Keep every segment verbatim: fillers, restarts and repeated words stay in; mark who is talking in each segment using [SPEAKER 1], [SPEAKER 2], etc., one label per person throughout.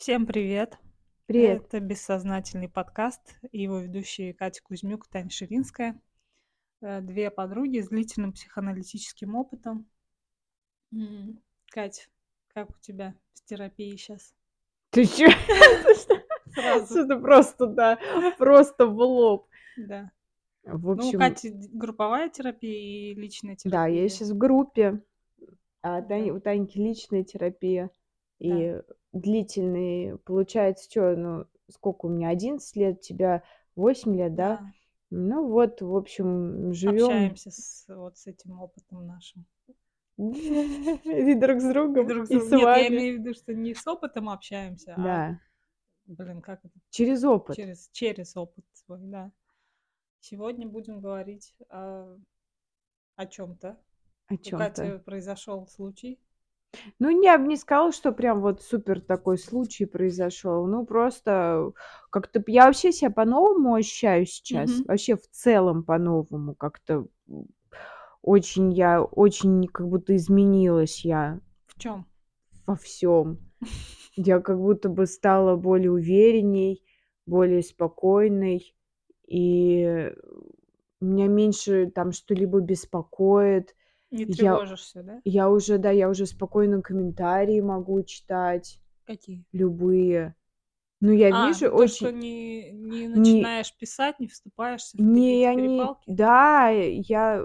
[SPEAKER 1] Всем привет!
[SPEAKER 2] Привет.
[SPEAKER 1] Это «Бессознательный подкаст» и его ведущие Катя Кузьмюк, Таня Ширинская. Э, Две подруги с длительным психоаналитическим опытом. М, Кать, как у тебя с терапией сейчас?
[SPEAKER 2] Ты чё? Это что?
[SPEAKER 1] Сразу,
[SPEAKER 2] Что-то просто, да, просто в лоб.
[SPEAKER 1] да.
[SPEAKER 2] В
[SPEAKER 1] Ну, у
[SPEAKER 2] общем,
[SPEAKER 1] Кати д- групповая терапия и личная
[SPEAKER 2] да, я
[SPEAKER 1] терапия.
[SPEAKER 2] сейчас в группе, а
[SPEAKER 1] Да,
[SPEAKER 2] Тань у Таньки личная терапия
[SPEAKER 1] да,
[SPEAKER 2] и длительный. Получается, чё, ну, сколько у меня, одиннадцать лет, у тебя восемь лет, да?
[SPEAKER 1] да.
[SPEAKER 2] Ну вот, в общем, живем
[SPEAKER 1] Общаемся с, вот с этим опытом нашим.
[SPEAKER 2] и друг с
[SPEAKER 1] И
[SPEAKER 2] другом,
[SPEAKER 1] друг с
[SPEAKER 2] и
[SPEAKER 1] другом.
[SPEAKER 2] с
[SPEAKER 1] Нет, я
[SPEAKER 2] вами.
[SPEAKER 1] имею в виду, что не с опытом общаемся, а,
[SPEAKER 2] Да,
[SPEAKER 1] блин, как это?
[SPEAKER 2] через опыт,
[SPEAKER 1] Через, через опыт свой, да. Сегодня будем говорить о, о чем-то.
[SPEAKER 2] о
[SPEAKER 1] У
[SPEAKER 2] чем-то.
[SPEAKER 1] Кати произошел случай.
[SPEAKER 2] Ну, я бы не сказала, что прям вот супер такой случай произошел. Ну, просто как-то п я вообще себя по-новому ощущаю сейчас.
[SPEAKER 1] Мгм.
[SPEAKER 2] Вообще в целом по-новому как-то, м, очень я очень как будто изменилась я
[SPEAKER 1] В чем?
[SPEAKER 2] во всем. Я как будто бы стала более уверенней, более спокойной, и меня меньше там что-либо беспокоит.
[SPEAKER 1] Не
[SPEAKER 2] Я
[SPEAKER 1] тревожишься, да?
[SPEAKER 2] я уже, да, я уже спокойно комментарии могу читать.
[SPEAKER 1] Какие?
[SPEAKER 2] Любые. Ну, я
[SPEAKER 1] А,
[SPEAKER 2] вижу
[SPEAKER 1] ну то, что
[SPEAKER 2] очень
[SPEAKER 1] не, не
[SPEAKER 2] не
[SPEAKER 1] начинаешь писать, не вступаешься в
[SPEAKER 2] не
[SPEAKER 1] какие-то
[SPEAKER 2] они
[SPEAKER 1] перепалки.
[SPEAKER 2] да, я,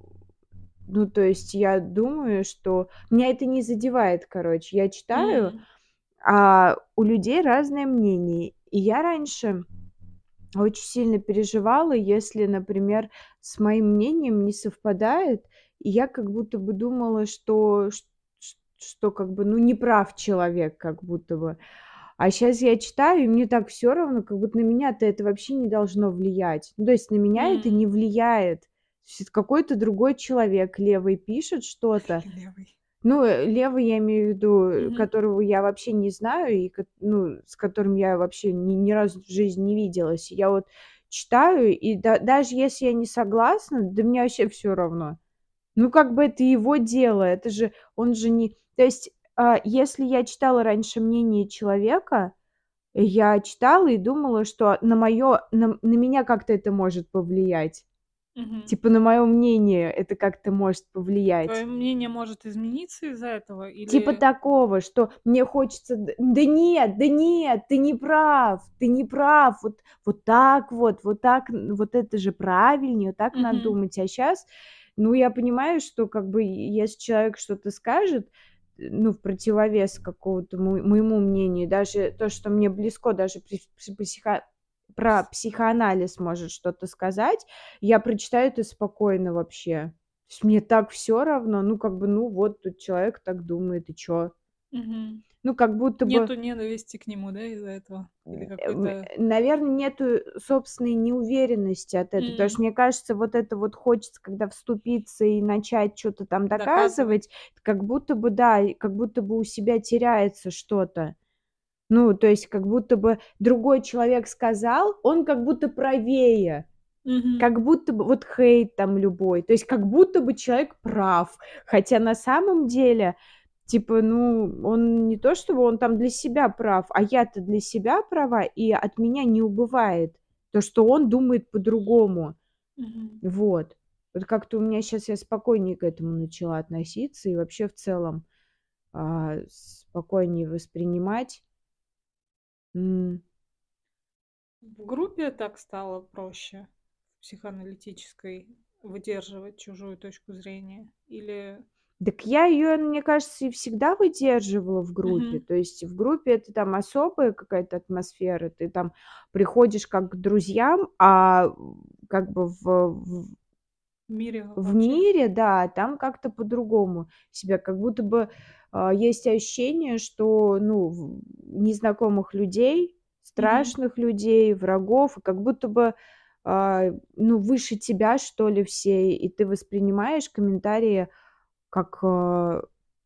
[SPEAKER 2] ну, то есть я думаю, что меня это не задевает, короче. Я читаю,
[SPEAKER 1] М,
[SPEAKER 2] а у людей разное мнение. И я раньше очень сильно переживала, если, например, с моим мнением не совпадает, и я как будто бы думала, что ш ш что как бы, ну, не прав человек как будто бы. А сейчас я читаю, и мне так все равно, как будто на меня-то это вообще не должно влиять. Ну, то есть на меня это не
[SPEAKER 1] м.
[SPEAKER 2] влияет. То есть это какой-то другой человек левый пишет что-то.
[SPEAKER 1] Левый.
[SPEAKER 2] Ну, э, левый, я имею в виду, э,
[SPEAKER 1] Мгм.
[SPEAKER 2] которого я вообще не знаю и кот ну, с которым я вообще ни ни разу в жизни не виделась. Я вот читаю, и да даже если я не согласна, да мне вообще все равно. Ну, как бы это его дело, это же он же не то есть, а, если я читала раньше мнение человека, я читала и думала, что на моё на на меня как-то это может повлиять.
[SPEAKER 1] Мгм.
[SPEAKER 2] Типа на моё мнение это как-то может
[SPEAKER 1] Твое
[SPEAKER 2] повлиять.
[SPEAKER 1] мнение может измениться из-за этого
[SPEAKER 2] Типа
[SPEAKER 1] или...
[SPEAKER 2] такого, что мне хочется: "Д да нет, да нет, ты не прав, ты не прав, вот вот так вот, вот так, н вот это же правильнее, вот так надо
[SPEAKER 1] Мгм.
[SPEAKER 2] думать". А щас, ну, я понимаю, что как бы если человек что-то скажет, э, ну, в противовес какого-то мо моему мнению, даже то, что мне близко, даже при пси психо про психоанализ может что-то сказать, я прочитаю это спокойно вообще. То есть мне так все равно, ну, как бы, ну, вот тут человек так думает, и чё?
[SPEAKER 1] Мгм.
[SPEAKER 2] Ну, как будто бы,
[SPEAKER 1] Нету ненависти к нему, да, из-за этого? Или
[SPEAKER 2] м,
[SPEAKER 1] какой-то...
[SPEAKER 2] наверно, нету собственной неуверенности от этого. Потому
[SPEAKER 1] М,
[SPEAKER 2] что мне кажется, вот это вот хочется, когда вступиться и начать что то там
[SPEAKER 1] доказывать.
[SPEAKER 2] доказывать, как будто бы, да, и как будто бы у себя теряется что-то. Ну, то есть как будто бы другой человек сказал, он как будто правее.
[SPEAKER 1] Мгм.
[SPEAKER 2] Как будто бы вот хейт там любой, то есть как будто бы человек прав, хотя на самом деле, типа, ну, он не то чтобы он там для себя прав, а я-то для себя права, и от меня не убывает то, что он думает по-другому.
[SPEAKER 1] Мгм.
[SPEAKER 2] Вот. Вот как-то у меня сейчас я спокойнее к этому начала относиться и вообще в целом, а, спокойнее воспринимать. М.
[SPEAKER 1] В группе так стало проще, психоаналитической, выдерживать чужую точку зрения? Или...
[SPEAKER 2] Дак я ее, мне кажется, и всегда выдерживала в группе.
[SPEAKER 1] Мгм.
[SPEAKER 2] То есть в группе это там особая какая-то атмосфера. Ты там приходишь как к друзьям, а, м, как бы в в
[SPEAKER 1] В мире
[SPEAKER 2] в
[SPEAKER 1] вообще?
[SPEAKER 2] мире, да, там как-то по-другому себя. Как будто бы, а, есть ощущение, что, ну, в незнакомых людей,
[SPEAKER 1] Мгм.
[SPEAKER 2] страшных людей, врагов, и как будто бы, а, ну, выше тебя, что ли, все, и ты воспринимаешь комментарии как, а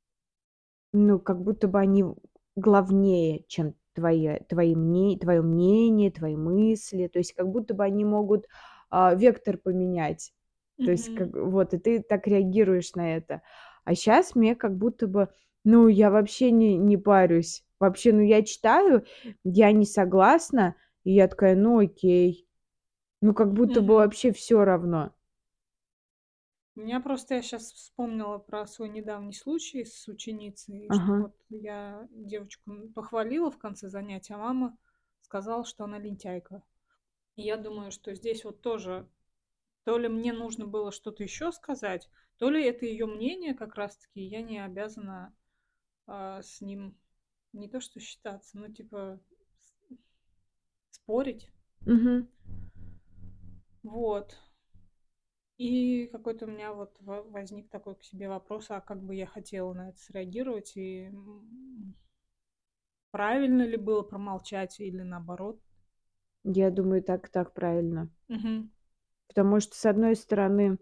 [SPEAKER 2] ну, как будто бы они главнее, чем твои твои мне твоё мнение, твои мысли. То есть как будто бы они могут, а, вектор поменять. То есть
[SPEAKER 1] Мгм.
[SPEAKER 2] как вот, и ты так реагируешь на это. А щас мне как будто бы, ну, я вообще не не парюсь. Вообще, ну, я читаю, я не согласна, и я такая: "Ну, окей". Ну, как будто бы
[SPEAKER 1] Мгм.
[SPEAKER 2] вообще всё равно.
[SPEAKER 1] У меня просто я щас вспомнила про свой недавний случай с ученицей, что
[SPEAKER 2] Ага.
[SPEAKER 1] вот я девочку, м, похвалила в конце занятия, а мама сказала, что она лентяйка. И я думаю, что здесь вот тоже то ли мне нужно было что-то ещё сказать, то ли это её мнение как раз таки, и я не обязана, а, с ним не то что считаться, но типа с спорить.
[SPEAKER 2] Мгм.
[SPEAKER 1] Вот. И какой-то у меня вот во возник такой к себе вопрос: а как бы я хотела на это среагировать? И, м правильно ли было промолчать или наоборот?
[SPEAKER 2] Я думаю, так так правильно.
[SPEAKER 1] Мгм.
[SPEAKER 2] Потому что, с одной стороны,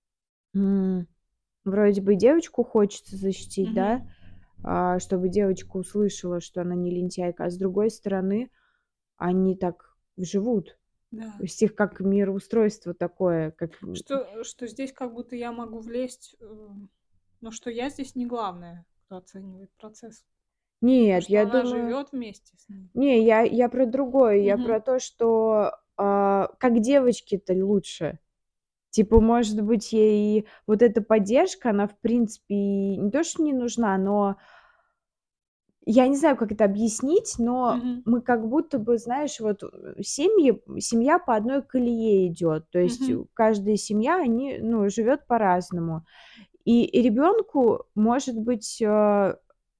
[SPEAKER 2] м, вроде бы девочку хочется защитить, да,
[SPEAKER 1] Мгм.
[SPEAKER 2] а, чтобы девочка услышала, что она не лентяйка, а с другой стороны, они так живут. У
[SPEAKER 1] Да.
[SPEAKER 2] всех как мироустройство такое, как м
[SPEAKER 1] Что что здесь как будто я могу влезть, э, но что я здесь не главная, кто оценивает процесс. То,
[SPEAKER 2] Нет,
[SPEAKER 1] что
[SPEAKER 2] я
[SPEAKER 1] она
[SPEAKER 2] думаю
[SPEAKER 1] живёт вместе с ним.
[SPEAKER 2] Не, я я про другое. Я
[SPEAKER 1] Мгм.
[SPEAKER 2] про то, что, а, как девочке-то лучше. Типа, может быть, ей вот эта поддержка, она, в принципе, и не то что не нужна, но я не знаю, как это объяснить, но
[SPEAKER 1] Мгм.
[SPEAKER 2] мы как будто бы, знаешь, вот, э, семьи семья по одной колее идёт. То есть
[SPEAKER 1] Мгм.
[SPEAKER 2] каждая семья, они, ну, живёт по-разному. И и ребёнку, может быть, а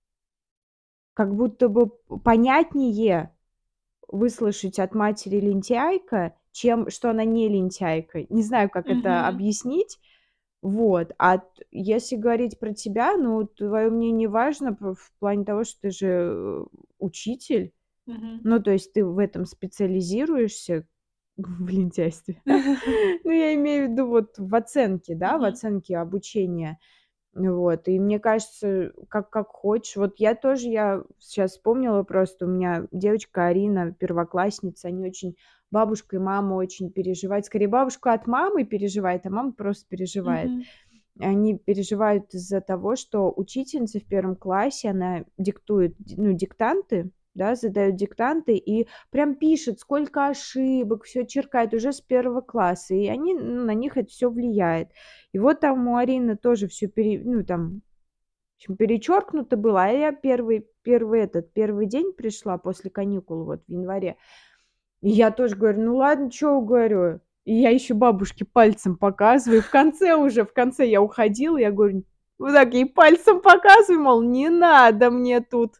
[SPEAKER 2] как будто бы п понятнее выслушать от матери лентяйка, чем что она не лентяйка. Не знаю, как это
[SPEAKER 1] Мгм.
[SPEAKER 2] объяснить. Вот. А т если говорить про тебя, ну, твоё мнение важно п в плане того, что ты же, э, учитель.
[SPEAKER 1] Мгм.
[SPEAKER 2] Ну, то есть ты в этом специализируешься, в лентяйстве. Ну, я имею в виду вот в оценке, да, в
[SPEAKER 1] Мгм.
[SPEAKER 2] оценке обучения. Вот. И мне кажется, как как хочешь. Вот я тоже, я щас вспомнила просто, у меня девочка Арина, первоклассница, они очень бабушка и мама очень переживают. Скорее, бабушка от мамы переживает, а мама просто переживает.
[SPEAKER 1] Мгм.
[SPEAKER 2] Они переживают из-за того, что учительница в первом классе, она диктует, д ну, диктанты, да, задаёт диктанты и прям пишет, сколько ошибок, всё черкает уже с первого класса, и они, ну, на них это всё влияет. И вот там у Арины тоже всё пере ну, там, в общем, перечёркнуто было, а я первый первый этот, первый день пришла после каникул вот в январе. И я тоже говорю: "Ну ладно, чё?" Говорю. И я ещё бабушке пальцем показываю. В конце уже, в конце я уходила, я говорю, вот так ей пальцем показываю, мол, не надо мне тут.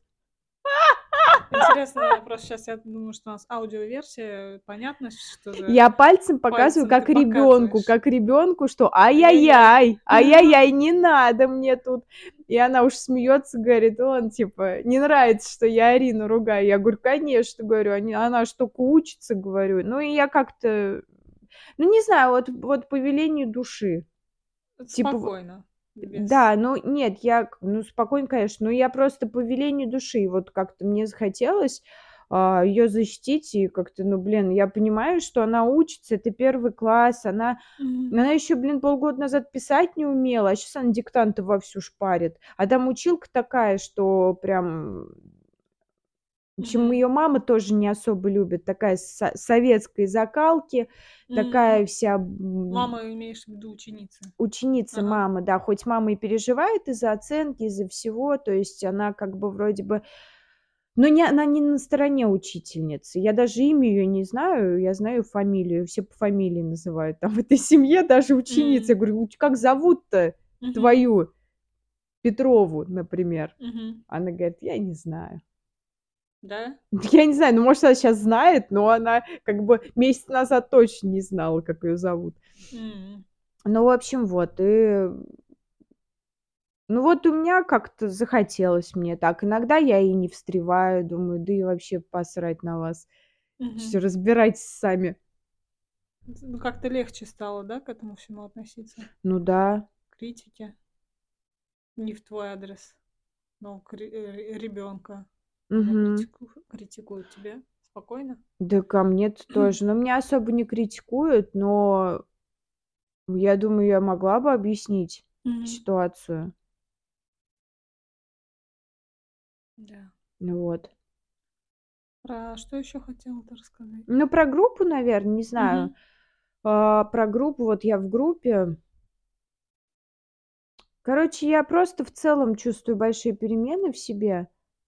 [SPEAKER 1] Интересный вопрос. Щас я думаю, что у нас аудиоверсия. Понятно, что за
[SPEAKER 2] Я пальцем показываю,
[SPEAKER 1] пальцем ты
[SPEAKER 2] как ребёнку,
[SPEAKER 1] показываешь?
[SPEAKER 2] как ребёнку, что
[SPEAKER 1] Ай-яй-яй.
[SPEAKER 2] ай-яй-яй, ай-яй-яй, не надо мне тут. И она уж смеётся, говорит: "Вон, типа, не нравится, что я Арину ругаю". Я говорю: "Конечно". Говорю: "Они она ж тока учится". Говорю. Ну, и я как-то, ну, не знаю, вот вот по велению души. Типа в
[SPEAKER 1] Спокойно, без
[SPEAKER 2] да, ну, нет, я к ну, спокойно, конечно, но я просто по велению души. Вот как-то мне захотелось, а, её защитить и как-то, ну, блин, я понимаю, что она учится, это первый класс, она
[SPEAKER 1] Мгм.
[SPEAKER 2] она ещё, блин, полгода назад писать не умела, а щас она диктанты вовсю шпарит. А там училка такая, что прям В общем,
[SPEAKER 1] Мгм.
[SPEAKER 2] её мама тоже не особо любит, такая со советской закалки,
[SPEAKER 1] М.
[SPEAKER 2] такая вся, м
[SPEAKER 1] Мама, имеешь в виду ученица?
[SPEAKER 2] Ученица
[SPEAKER 1] Ага.
[SPEAKER 2] мама, да. Хоть мама и переживает из-за оценки, из-за всего, то есть она как бы вроде бы но не она не на стороне учительницы. Я даже имя её не знаю, я знаю фамилию, все по фамилии называют там в этой семье, даже ученица. Я
[SPEAKER 1] М.
[SPEAKER 2] говорю: "У как зовут-то
[SPEAKER 1] Мгм.
[SPEAKER 2] твою Петрову, например?"
[SPEAKER 1] Мгм.
[SPEAKER 2] Она говорит: "Я не знаю".
[SPEAKER 1] Да?
[SPEAKER 2] Я не знаю, ну, может, она щас знает, но она как бы месяц назад точно не знала, как её зовут.
[SPEAKER 1] М.
[SPEAKER 2] Ну, в общем, вот и Ну, вот у меня как-то захотелось мне так. Иногда я и не встреваю, думаю: "Да и вообще посрать на вас. Всё,
[SPEAKER 1] Мгм.
[SPEAKER 2] разбирайтесь сами".
[SPEAKER 1] Ц ну, как-то легче стало, да, к этому всему относиться?
[SPEAKER 2] Ну да.
[SPEAKER 1] Критике. Не в твой адрес, но кри э, ребёнка. Когда
[SPEAKER 2] Мгм.
[SPEAKER 1] критику критикуют тебя, спокойно?
[SPEAKER 2] Да ко мне-то тоже. Но меня особо не критикуют, но я думаю, я могла бы объяснить
[SPEAKER 1] Мгм.
[SPEAKER 2] ситуацию.
[SPEAKER 1] Да.
[SPEAKER 2] Вот.
[SPEAKER 1] Про что еще хотела-то рассказать?
[SPEAKER 2] Ну, про группу, наверное, не знаю.
[SPEAKER 1] Мгм.
[SPEAKER 2] А, про группу, вот я в группе. Короче, я просто в целом чувствую большие перемены в себе.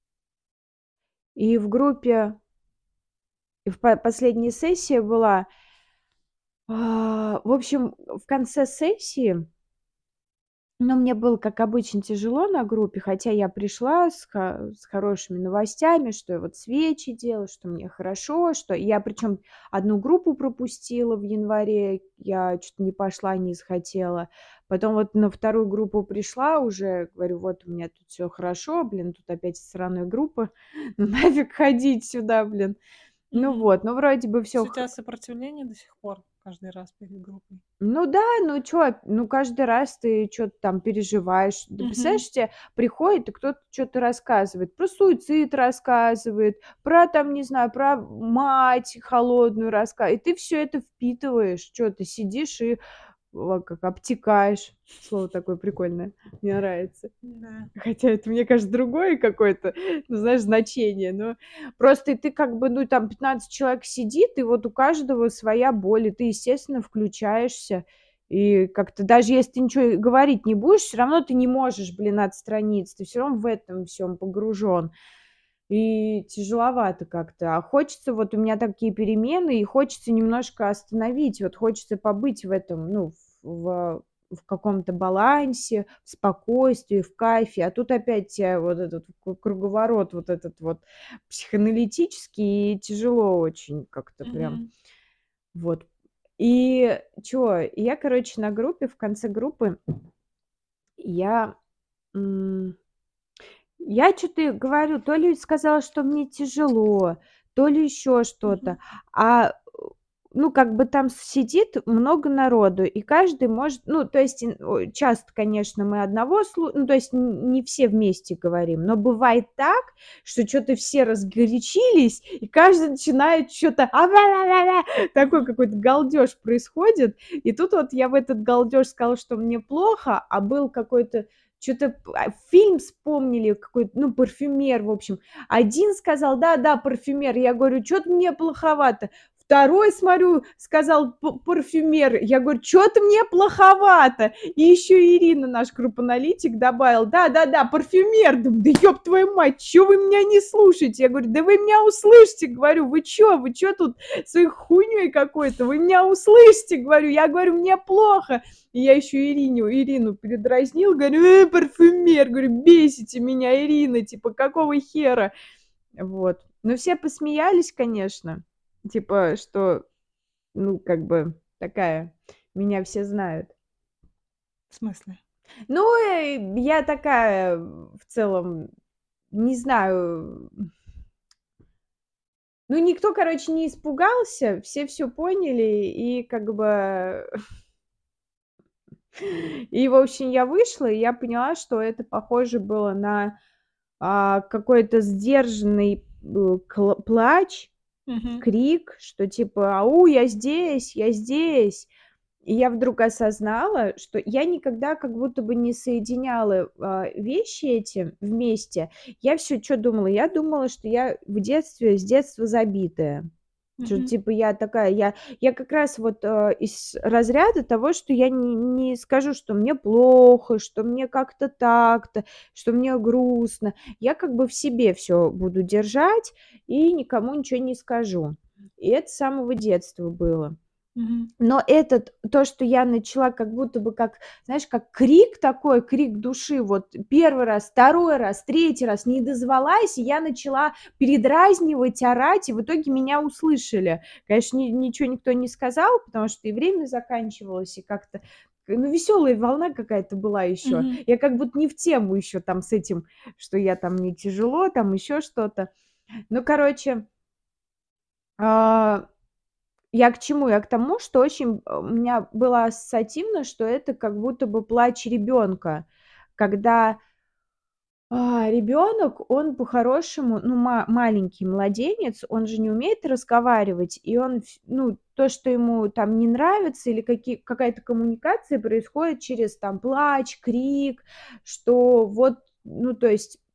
[SPEAKER 2] И в группе, и в по- последней сессии была. а, В общем, в конце сессии, ну, мне было, как обычно, тяжело на группе, хотя я пришла с, ха- с хорошими новостями, что я вот свечи делаю, что мне хорошо, что я причем одну группу пропустила в январе, я что-то не пошла, не захотела. Потом вот на вторую группу пришла уже, говорю, вот у меня тут все хорошо, блин, тут опять сраная группа, ну нафиг ходить сюда, блин. Ну
[SPEAKER 1] Мгм.
[SPEAKER 2] вот, ну вроде бы
[SPEAKER 1] То есть
[SPEAKER 2] все.
[SPEAKER 1] у тебя сопротивление до сих пор каждый раз перед группой?
[SPEAKER 2] Ну да, ну чё, ну каждый раз ты что то там переживаешь. Да
[SPEAKER 1] Мгм.
[SPEAKER 2] представляешь, те приходит и кто-то что то рассказывает, про суицид рассказывает, про там, не знаю, про мать холодную раска и ты все это впитываешь. Что ты сидишь и, о, как обтекаешь. Слово такое прикольное, мне нравится.
[SPEAKER 1] Да.
[SPEAKER 2] Хотя это, мне кажется, другое какое-то, ну, знаешь, значение. Но просто ты как бы, ну, там пятнадцать человек сидит, и вот у каждого своя боль, и ты, естественно, включаешься. И как-то даже если ты ничего говорить не будешь, все равно ты не можешь, блин, отстраниться. Ты все равно в этом всем погружен. И тяжеловато как-то. А хочется, вот у меня такие перемены, и хочется немножко остановить. Вот хочется побыть в этом, ну, в, в каком-то балансе, в спокойствии, в кайфе. А тут опять тебя вот этот к- круговорот, вот этот вот психоаналитический, и тяжело очень как-то прям.
[SPEAKER 1] Мгм.
[SPEAKER 2] Вот. И чё, я, короче, на группе, в конце группы, я м, я что то говорю, то ли сказала, что мне тяжело, то ли еще что-то.
[SPEAKER 1] Мгм.
[SPEAKER 2] А, э, ну, как бы там сидит много народу, и каждый может, ну, то есть, ин ой, часто, конечно, мы одного слу ну, то есть н не все вместе говорим, но бывает так, что что то все разгорячились, и каждый начинает что то такой
[SPEAKER 1] Мгм.
[SPEAKER 2] какой-то галдеж происходит. И тут вот я в этот галдеж сказала, что мне плохо, а был какой-то что-то фильм вспомнили какой-то, ну, парфюмер, в общем. Один сказал: "Да-да, парфюмер". Я говорю: "Чё то мне плоховато". Второй, смотрю, сказал: "П парфюмер". Я говорю: "Чё то мне плоховато". И еще Ирина, наш группаналитик, добавила: "Да-да-да, парфюмер". Думаю: "Да ёб твою мать, чё вы меня не слушаете?" Я говорю: "Да вы меня услышьте". Говорю: "Вы чё? Вы чё тут своей хуйней какой-то? Вы меня услышьте". Говорю. Я говорю: "Мне плохо". И я еще Ирину, Ирину передразнил, говорю: "Э, парфюмер", говорю, "бесите меня, Ирина, типа, какого хера?" Вот. Но все посмеялись, конечно, типа, что, ну, как бы такая, меня все знают.
[SPEAKER 1] В смысле?
[SPEAKER 2] Ну, э, я такая, в целом, не знаю, ну, никто, короче, не испугался, все все поняли, и как бы и, в общем, я вышла, и я поняла, что это похоже было на а, какой-то сдержанный э, кла- плач,
[SPEAKER 1] Мгм.
[SPEAKER 2] крик, что типа «Ау, я здесь, я здесь!» И я вдруг осознала, что я никогда как будто бы не соединяла а, вещи эти вместе. Я все что думала? Я думала, что я в детстве, с детства забитая. Что
[SPEAKER 1] Мгм.
[SPEAKER 2] типа я такая, я я как раз вот, э, из разряда того, что я не не скажу, что мне плохо, что мне как-то так-то, что мне грустно. Я как бы в себе все буду держать и никому ничего не скажу. И это с самого детства было.
[SPEAKER 1] Мгм.
[SPEAKER 2] Но этот то, что я начала как будто бы как, знаешь, как крик такой, крик души, вот первый раз, второй раз, третий раз не дозвалась, и я начала передразнивать, орать, и в итоге меня услышали. Конечно, ни ничего никто не сказал, потому что и время заканчивалось, и как-то, ну, веселая волна какая-то была еще.
[SPEAKER 1] Мгм.
[SPEAKER 2] Я как будто не в тему еще там с этим, что я там мне тяжело, там еще что-то. Ну, короче, а я к чему? Я к тому, что очень, э, у меня было ассоциативно, что это как будто бы плач ребенка, когда, а, ребенок, он по-хорошему, ну, ма маленький младенец, он же не умеет разговаривать, и он вс ну, то, что ему там не нравится или какие какая-то коммуникация происходит через там плач, крик, что вот, ну, то есть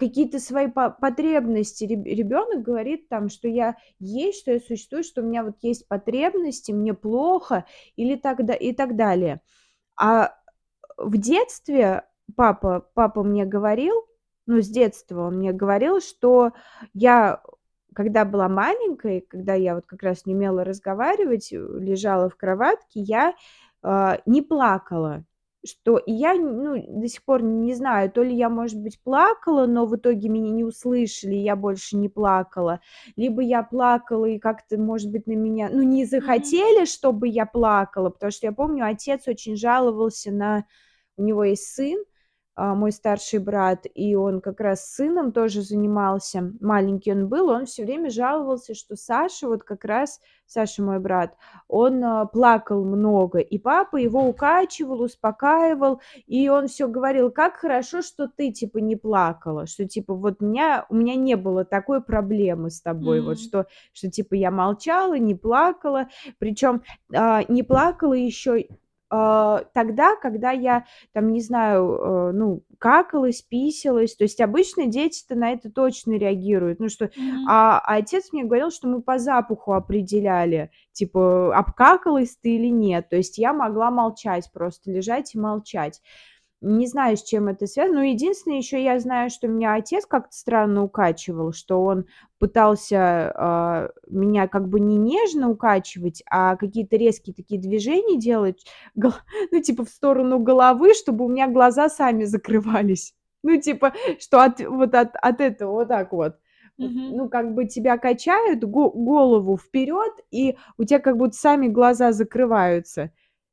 [SPEAKER 2] какие-то свои по потребности. Реб ребёнок говорит там, что я есть, что я существую, что у меня вот есть потребности, мне плохо или так да и так далее. А в детстве папа папа мне говорил, ну, с детства он мне говорил, что я, когда была маленькой, когда я вот как раз не умела разговаривать, э, лежала в кроватке, я, а, не плакала. Что и я, ну, до сих пор не знаю, то ли я, может быть, плакала, но в итоге меня не услышали, и я больше не плакала, либо я плакала и как-то, может быть, на меня, ну, не
[SPEAKER 1] Мгм.
[SPEAKER 2] захотели, чтобы я плакала, потому что я помню, отец очень жаловался на у него есть сын, а, мой старший брат, и он как раз с сыном тоже занимался. Маленький он был, он всё время жаловался, что Саша, вот как раз Саша, мой брат, он, а, плакал много, и папа его укачивал, успокаивал, и он всё говорил: "Как хорошо, что ты, типа, не плакала, что, типа, вот меня у меня не было такой проблемы с тобой, вот
[SPEAKER 1] М.
[SPEAKER 2] что что, типа, я молчала, не плакала". Причём, а, не плакала ещё, а, тогда, когда я там, не знаю, э, ну, какалась, писалась. То есть обычно дети-то на это точно реагируют. Ну что,
[SPEAKER 1] Мгм.
[SPEAKER 2] а отец мне говорил, что мы по запаху определяли, типа, обкакалась ты или нет. То есть я могла молчать, просто лежать и молчать. Не знаю, с чем это связано. Но единственное, ещё я знаю, что меня отец как-то странно укачивал, что он пытался, а, меня как бы не нежно укачивать, а какие-то резкие такие движения делать, го ну, типа, в сторону головы, чтобы у меня глаза сами закрывались. Ну, типа, что от вот от от этого вот так вот. Вот,
[SPEAKER 1] Мгм.
[SPEAKER 2] ну, как бы тебя качают, го голову вперёд, и у тя как будто сами глаза закрываются.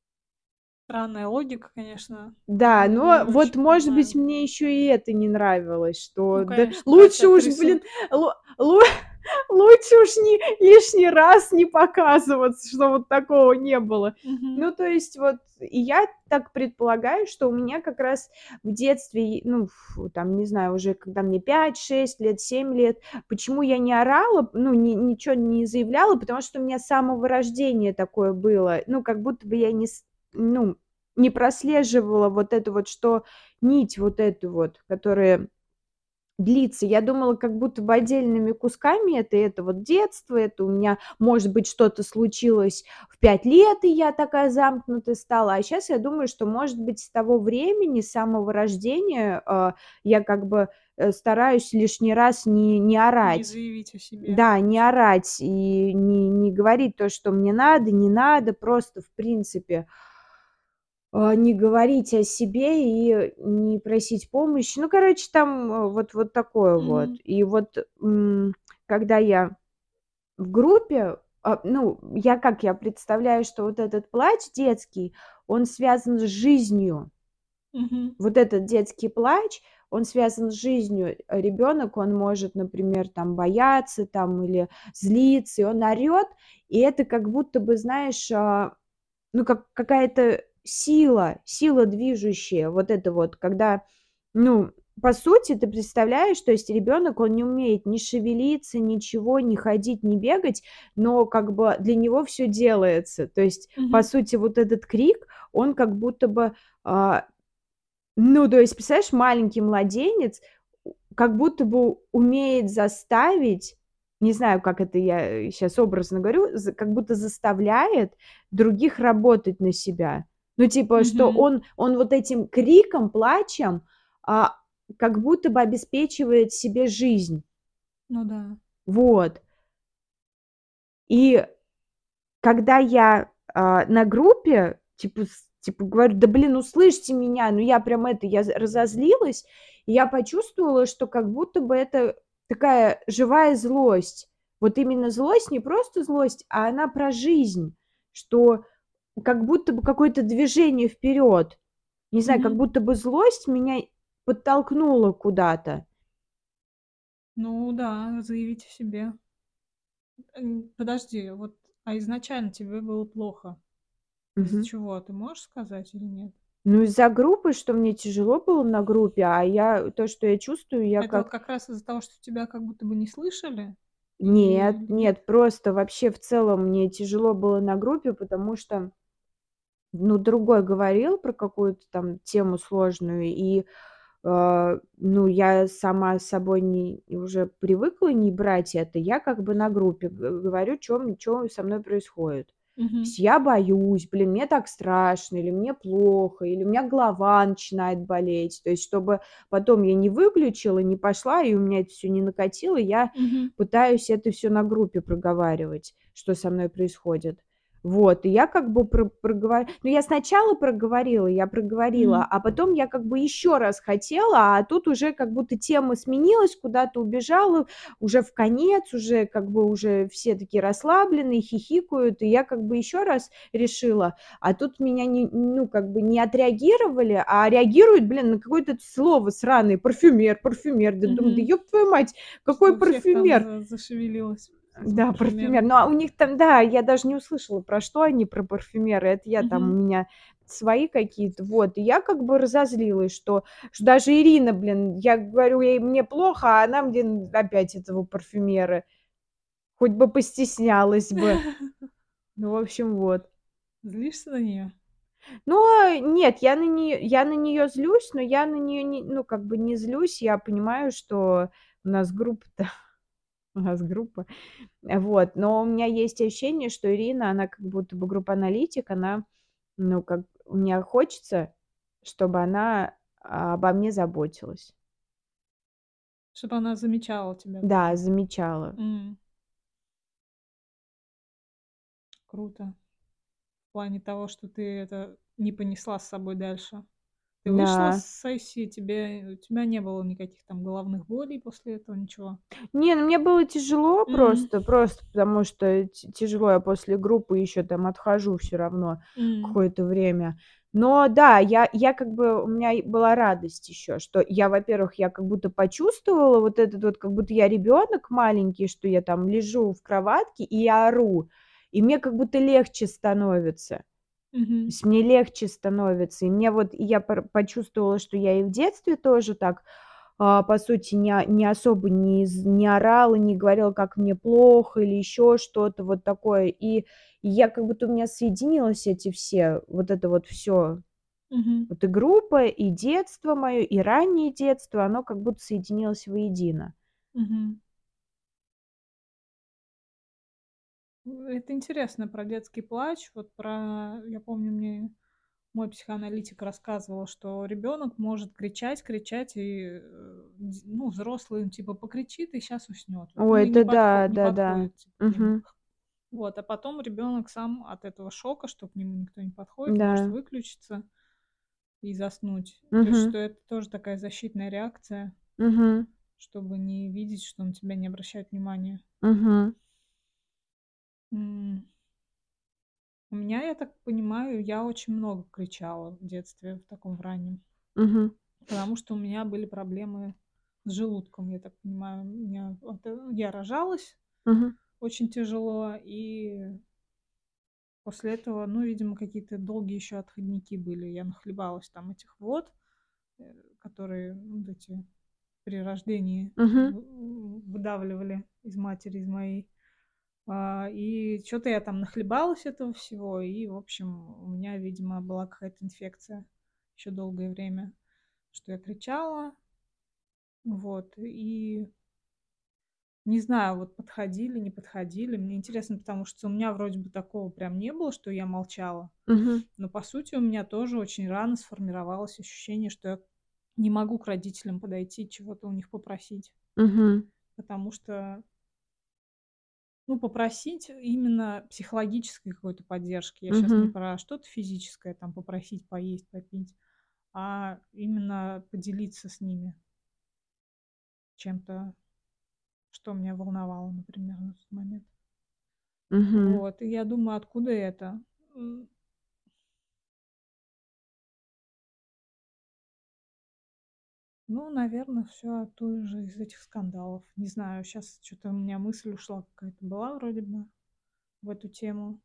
[SPEAKER 1] Странная логика, конечно,
[SPEAKER 2] Да,
[SPEAKER 1] н не
[SPEAKER 2] но вот,
[SPEAKER 1] очень
[SPEAKER 2] может быть,
[SPEAKER 1] понимаю.
[SPEAKER 2] мне ещё и это не нравилось, что
[SPEAKER 1] Ну,
[SPEAKER 2] да
[SPEAKER 1] конечно,
[SPEAKER 2] лучше
[SPEAKER 1] хотят
[SPEAKER 2] уж, блин,
[SPEAKER 1] рисунки.
[SPEAKER 2] лу лу лучше уж не лишний раз не показываться, чтобы вот такого не было.
[SPEAKER 1] Мгм.
[SPEAKER 2] Ну, то есть вот, и я так предполагаю, что у меня как раз в детстве, и, ну, ф там, не знаю, уже когда мне пять шесть лет, семь лет, почему я не орала, ну, ни ничего не заявляла, потому что у меня с самого рождения такое было. Ну, как будто бы я не с ну, не прослеживала вот эту вот, что нить вот эту вот, которая длится. Я думала, как будто бы отдельными кусками это это вот детство, это у меня, может быть, что-то случилось в пять лет, и я такая замкнутая стала. А щас я думаю, что, может быть, с того времени, с самого рождения, а, я как бы, э, стараюсь лишний раз не не
[SPEAKER 1] Не
[SPEAKER 2] орать.
[SPEAKER 1] заявить о себе.
[SPEAKER 2] Да, не орать и не не говорить то, что мне надо, не надо, просто, в принципе а, не говорить о себе и не просить помощи. Ну, короче, там, э, вот вот такое вот.
[SPEAKER 1] Мгм.
[SPEAKER 2] И вот, м, когда я в группе, а, ну, я как, я представляю, что вот этот плач детский, он связан с жизнью.
[SPEAKER 1] Мгм.
[SPEAKER 2] Вот этот детский плач, он связан с жизнью. Ребёнок, он может, например, там бояться там или злиться, и он орёт, и это как будто бы, знаешь, а, ну, как какая-то сила, сила движущая. Вот это вот, когда, ну, по сути, ты представляешь, то есть ребёнок, он не умеет ни шевелиться, ничего, ни ходить, ни бегать, но как бы для него всё делается. То есть, по
[SPEAKER 1] Мгм.
[SPEAKER 2] сути, вот этот крик, он как будто бы, а, ну, то есть, представляешь, маленький младенец у как будто бы умеет заставить, не знаю, как это я, э, щас образно говорю, з как будто заставляет других работать на себя. Ну, типа, что
[SPEAKER 1] Мгм.
[SPEAKER 2] он он вот этим криком, плачем, а, как будто бы обеспечивает себе жизнь.
[SPEAKER 1] Ну да.
[SPEAKER 2] Вот. И когда я, а, на группе, типа с типа говорю: "Да, блин, услышьте меня!" Ну, я прям это, я з разозлилась, и я почувствовала, что как будто бы это такая живая злость. Вот именно злость, не просто злость, а она про жизнь, что как будто бы какое-то движение вперёд. Не знаю, как
[SPEAKER 1] Мгм.
[SPEAKER 2] будто бы злость меня подтолкнула куда-то.
[SPEAKER 1] Ну да, заявить о себе. М, подожди, вот, а изначально тебе было плохо? Из-за
[SPEAKER 2] Мгм.
[SPEAKER 1] чего, ты можешь сказать или нет?
[SPEAKER 2] Ну, из-за группы, что мне тяжело было на группе, а я то, что я чувствую, я
[SPEAKER 1] Это вот
[SPEAKER 2] как
[SPEAKER 1] как раз из-за того, что тебя как будто бы не слышали
[SPEAKER 2] Нет,
[SPEAKER 1] или нет?
[SPEAKER 2] нет, просто вообще в целом мне тяжело было на группе, потому что, ну, другой говорил про какую-то там тему сложную, и а, ну, я сама с собой не уже привыкла не брать это. Я как бы на группе г говорю, чё м чё со мной происходит. То
[SPEAKER 1] Мгм.
[SPEAKER 2] есть я боюсь, блин, мне так страшно, или мне плохо, или у меня голова начинает болеть. То есть чтобы потом я не выключила, не пошла, и у меня это всё не накатило, я
[SPEAKER 1] Мгм.
[SPEAKER 2] пытаюсь это всё на группе проговаривать, что со мной происходит. Вот, и я как бы про проговор ну, я сначала проговорила, я проговорила,
[SPEAKER 1] Мгм.
[SPEAKER 2] а потом я как бы еще раз хотела, а тут уже как будто тема сменилась, куда-то убежала, уже в конец, уже как бы уже все такие расслабленные, хихикают, и я как бы еще раз решила, а тут меня не ну, как бы не отреагировали, а реагируют, блин, на какое-то слово сраное: парфюмер, парфюмер. Да думаю: "Да
[SPEAKER 1] Мгм.
[SPEAKER 2] ёб твою мать, какой
[SPEAKER 1] Что у всех там
[SPEAKER 2] парфюмер?"
[SPEAKER 1] за зашевелилось с этим
[SPEAKER 2] Да, парфюмер.
[SPEAKER 1] парфюмером.
[SPEAKER 2] Ну, а у них там, да, я даже не услышала, про что они, про парфюмера. Это я там, у
[SPEAKER 1] Мгм.
[SPEAKER 2] меня свои какие-то. Вот, и я как бы разозлилась, что что даже Ирина, блин, я говорю ей: "Мне плохо", а она мне н опять этого парфюмера. Хоть бы постеснялась бы. Ну, в общем, вот.
[SPEAKER 1] Злишься на неё?
[SPEAKER 2] Но нет, я на неё я на неё злюсь, но я на неё не ну, как бы не злюсь. Я понимаю, что у нас группа-то, у нас группа. Вот, но у меня есть ощущение, что Ирина, она как будто бы группа-аналитик, она, ну, как мне хочется, чтобы она обо мне заботилась.
[SPEAKER 1] Чтобы она замечала тебя в
[SPEAKER 2] Да,
[SPEAKER 1] этом.
[SPEAKER 2] замечала.
[SPEAKER 1] М. Круто. В плане того, что ты это не понесла с собой дальше. Ты вышла с
[SPEAKER 2] Да.
[SPEAKER 1] сессии, тебе у тебя не было никаких там головных болей после этого, ничего?
[SPEAKER 2] Не, ну, мне было тяжело
[SPEAKER 1] М.
[SPEAKER 2] просто, просто потому что т тяжело. Я после группы еще там отхожу всё равно
[SPEAKER 1] М.
[SPEAKER 2] какое-то время. Но да, я я как бы у меня и была радость еще, что я, во-первых, я как будто почувствовала вот этот вот, как будто я ребенок маленький, что я там лежу в кроватке и я ору, и мне как будто легче становится. То
[SPEAKER 1] Мгм.
[SPEAKER 2] есть мне легче становится. И мне вот и я пор почувствовала, что я и в детстве тоже так, а, по сути, не о не особо не з не орала, не говорила, как мне плохо или еще что-то вот такое. И и я как будто у меня соединилось эти все, вот это вот всё.
[SPEAKER 1] Мгм.
[SPEAKER 2] Вот и группа, и детство мое, и раннее детство, оно как будто соединилось воедино.
[SPEAKER 1] Мгм. М, это интересно про детский плач. Вот про я помню, мне мой психоаналитик рассказывал, что ребенок может кричать, кричать, и, э, дз ну, взрослый, он типа покричит и щас уснет. Вот, ну,
[SPEAKER 2] Ой,
[SPEAKER 1] и не
[SPEAKER 2] это
[SPEAKER 1] подхо
[SPEAKER 2] да,
[SPEAKER 1] не
[SPEAKER 2] да-да.
[SPEAKER 1] подходит типа к нему.
[SPEAKER 2] Мгм.
[SPEAKER 1] Вот, а потом ребенок сам от этого шока, что к нему никто не подходит, может
[SPEAKER 2] Да.
[SPEAKER 1] выключиться и заснуть. То есть,
[SPEAKER 2] Мгм.
[SPEAKER 1] что это тоже такая защитная реакция
[SPEAKER 2] Мгм.
[SPEAKER 1] чтобы не видеть, что на тебя не обращают внимания.
[SPEAKER 2] Мгм.
[SPEAKER 1] М. У меня, я так понимаю, я очень много кричала в детстве, в таком в раннем.
[SPEAKER 2] Мгм.
[SPEAKER 1] Потому что у меня были проблемы с желудком, я так понимаю. У меня вот, э, я рожалась
[SPEAKER 2] Мгм.
[SPEAKER 1] очень тяжело, и после этого, ну, видимо, какие-то долгие еще отходники были. Я нахлебалась там этих вод, э, которые вот эти при рождении
[SPEAKER 2] Мгм.
[SPEAKER 1] вы выдавливали из матери, из моей. А, и чё-то я там нахлебалась этого всего, и, в общем, у меня, видимо, была какая-то инфекция еще долгое время, что я кричала. Вот, и не знаю, вот подходили, не подходили. Мне интересно, потому что у меня вроде бы такого прям не было, что я молчала.
[SPEAKER 2] Мгм.
[SPEAKER 1] Но, по сути, у меня тоже очень рано сформировалось ощущение, что я не могу к родителям подойти, чего-то у них попросить.
[SPEAKER 2] Мгм.
[SPEAKER 1] Потому что ну, попросить именно психологической какой-то поддержки. Я щас не
[SPEAKER 2] Мгм.
[SPEAKER 1] про что-то физическое, там попросить поесть, попить, а именно поделиться с ними чем-то, что меня волновало, например, на тот момент.
[SPEAKER 2] Мгм.
[SPEAKER 1] Вот, и я думаю, откуда это? М. Ну, наверно, всё тоже из этих скандалов. Не знаю, щас чё-то у меня мысль ушла какая-то была вроде бы в эту тему.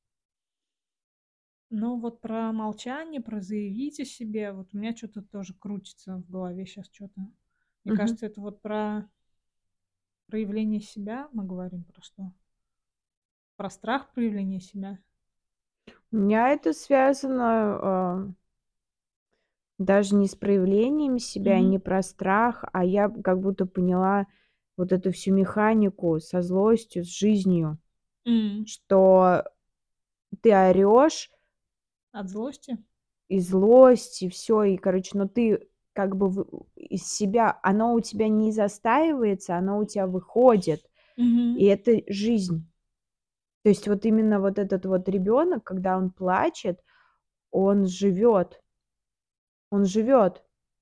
[SPEAKER 1] Но вот про молчание, про заявить о себе, вот у меня чё-то тоже крутится в голове щас чё-то. Мне
[SPEAKER 2] Мгм.
[SPEAKER 1] кажется, это вот про проявление себя мы говорим, про что? Про страх проявления себя?
[SPEAKER 2] У меня это связано, а Даже не с проявлением себя,
[SPEAKER 1] Мгм.
[SPEAKER 2] не про страх, а я как будто поняла вот эту всю механику со злостью, с жизнью,
[SPEAKER 1] М.
[SPEAKER 2] что ты орёшь
[SPEAKER 1] От злости?
[SPEAKER 2] и злость, и всё, и, короче, но ты как бы в из себя оно у тебя не застаивается, оно у тебя выходит, и
[SPEAKER 1] Мгм.
[SPEAKER 2] это жизнь. То есть вот именно вот этот вот ребёнок, когда он плачет, он живёт. Он живёт.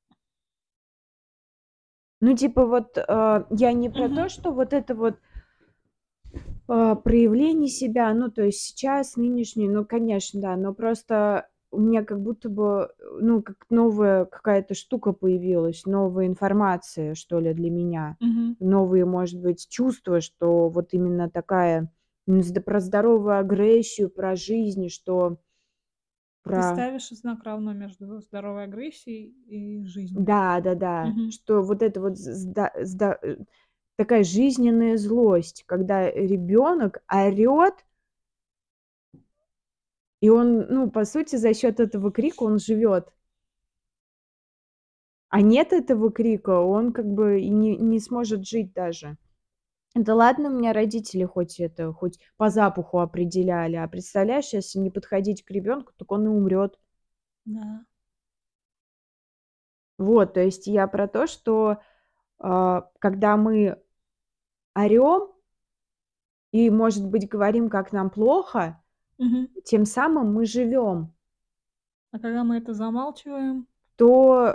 [SPEAKER 2] Ну, типа вот, э, я не про то,
[SPEAKER 1] Мгм.
[SPEAKER 2] что вот это вот а, проявление себя, ну, то есть сейчас, нынешний, ну, конечно, да, но просто у меня как будто бы, э, ну, как новая какая-то штука появилась, новая информация, что ли, для меня.
[SPEAKER 1] Мгм.
[SPEAKER 2] Новые, может быть, чувства, что вот именно такая, м, зд про здоровую агрессию, про жизнь, что
[SPEAKER 1] Ты
[SPEAKER 2] про
[SPEAKER 1] ставишь знак равно между здоровой агрессией и жизнью.
[SPEAKER 2] Да-да-да,
[SPEAKER 1] Мгм.
[SPEAKER 2] что вот это вот з зда зда э, такая жизненная злость, когда ребёнок орёт и он, ну, по сути, за счёт этого крика он живёт. А нет этого крика, он как бы и не не сможет жить даже. Да ладно, у меня родители хоть это, хоть по запаху определяли, а представляешь, если не подходить к ребёнку, так он и умрёт.
[SPEAKER 1] Да.
[SPEAKER 2] Вот, то есть я про то, что, а, когда мы орём и, может быть, говорим, как нам плохо,
[SPEAKER 1] Мгм.
[SPEAKER 2] тем самым мы живём.
[SPEAKER 1] А когда мы это замалчиваем
[SPEAKER 2] То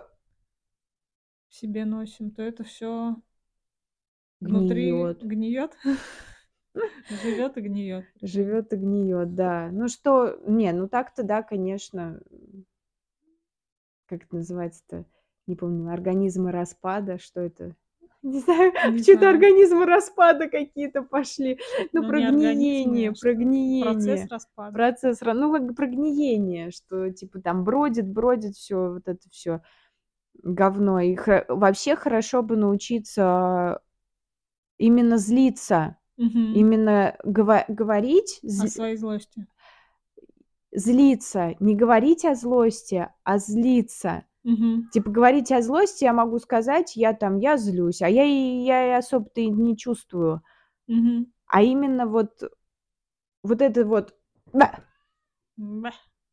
[SPEAKER 1] в себе носим, то это всё внутри
[SPEAKER 2] Гниёт.
[SPEAKER 1] гниёт, живёт и гниёт причём.
[SPEAKER 2] Живёт и гниёт, да. Ну что, не, ну так-то да, конечно. Как это называется-то? Не помню, организмы распада, что это? Не знаю,
[SPEAKER 1] Не
[SPEAKER 2] чё-то
[SPEAKER 1] знаю.
[SPEAKER 2] организмы распада какие-то пошли. Ну,
[SPEAKER 1] Ну,
[SPEAKER 2] про
[SPEAKER 1] не
[SPEAKER 2] гниение,
[SPEAKER 1] организмы, а
[SPEAKER 2] про
[SPEAKER 1] что? Процесс
[SPEAKER 2] гниение.
[SPEAKER 1] распада.
[SPEAKER 2] Процесс ра ну, как бы про гниение, что типа там бродит бродит всё вот это всё говно. И хо вообще хорошо бы научиться именно злиться,
[SPEAKER 1] Мгм.
[SPEAKER 2] именно гова говорить
[SPEAKER 1] О
[SPEAKER 2] зл
[SPEAKER 1] своей злости.
[SPEAKER 2] злиться, не говорить о злости, а злиться.
[SPEAKER 1] Мгм.
[SPEAKER 2] Типа говорить о злости я могу сказать: "Я там, я злюсь", а я и я и особо-то и не чувствую.
[SPEAKER 1] Мгм.
[SPEAKER 2] А именно вот вот это вот "бэ".
[SPEAKER 1] Бэ.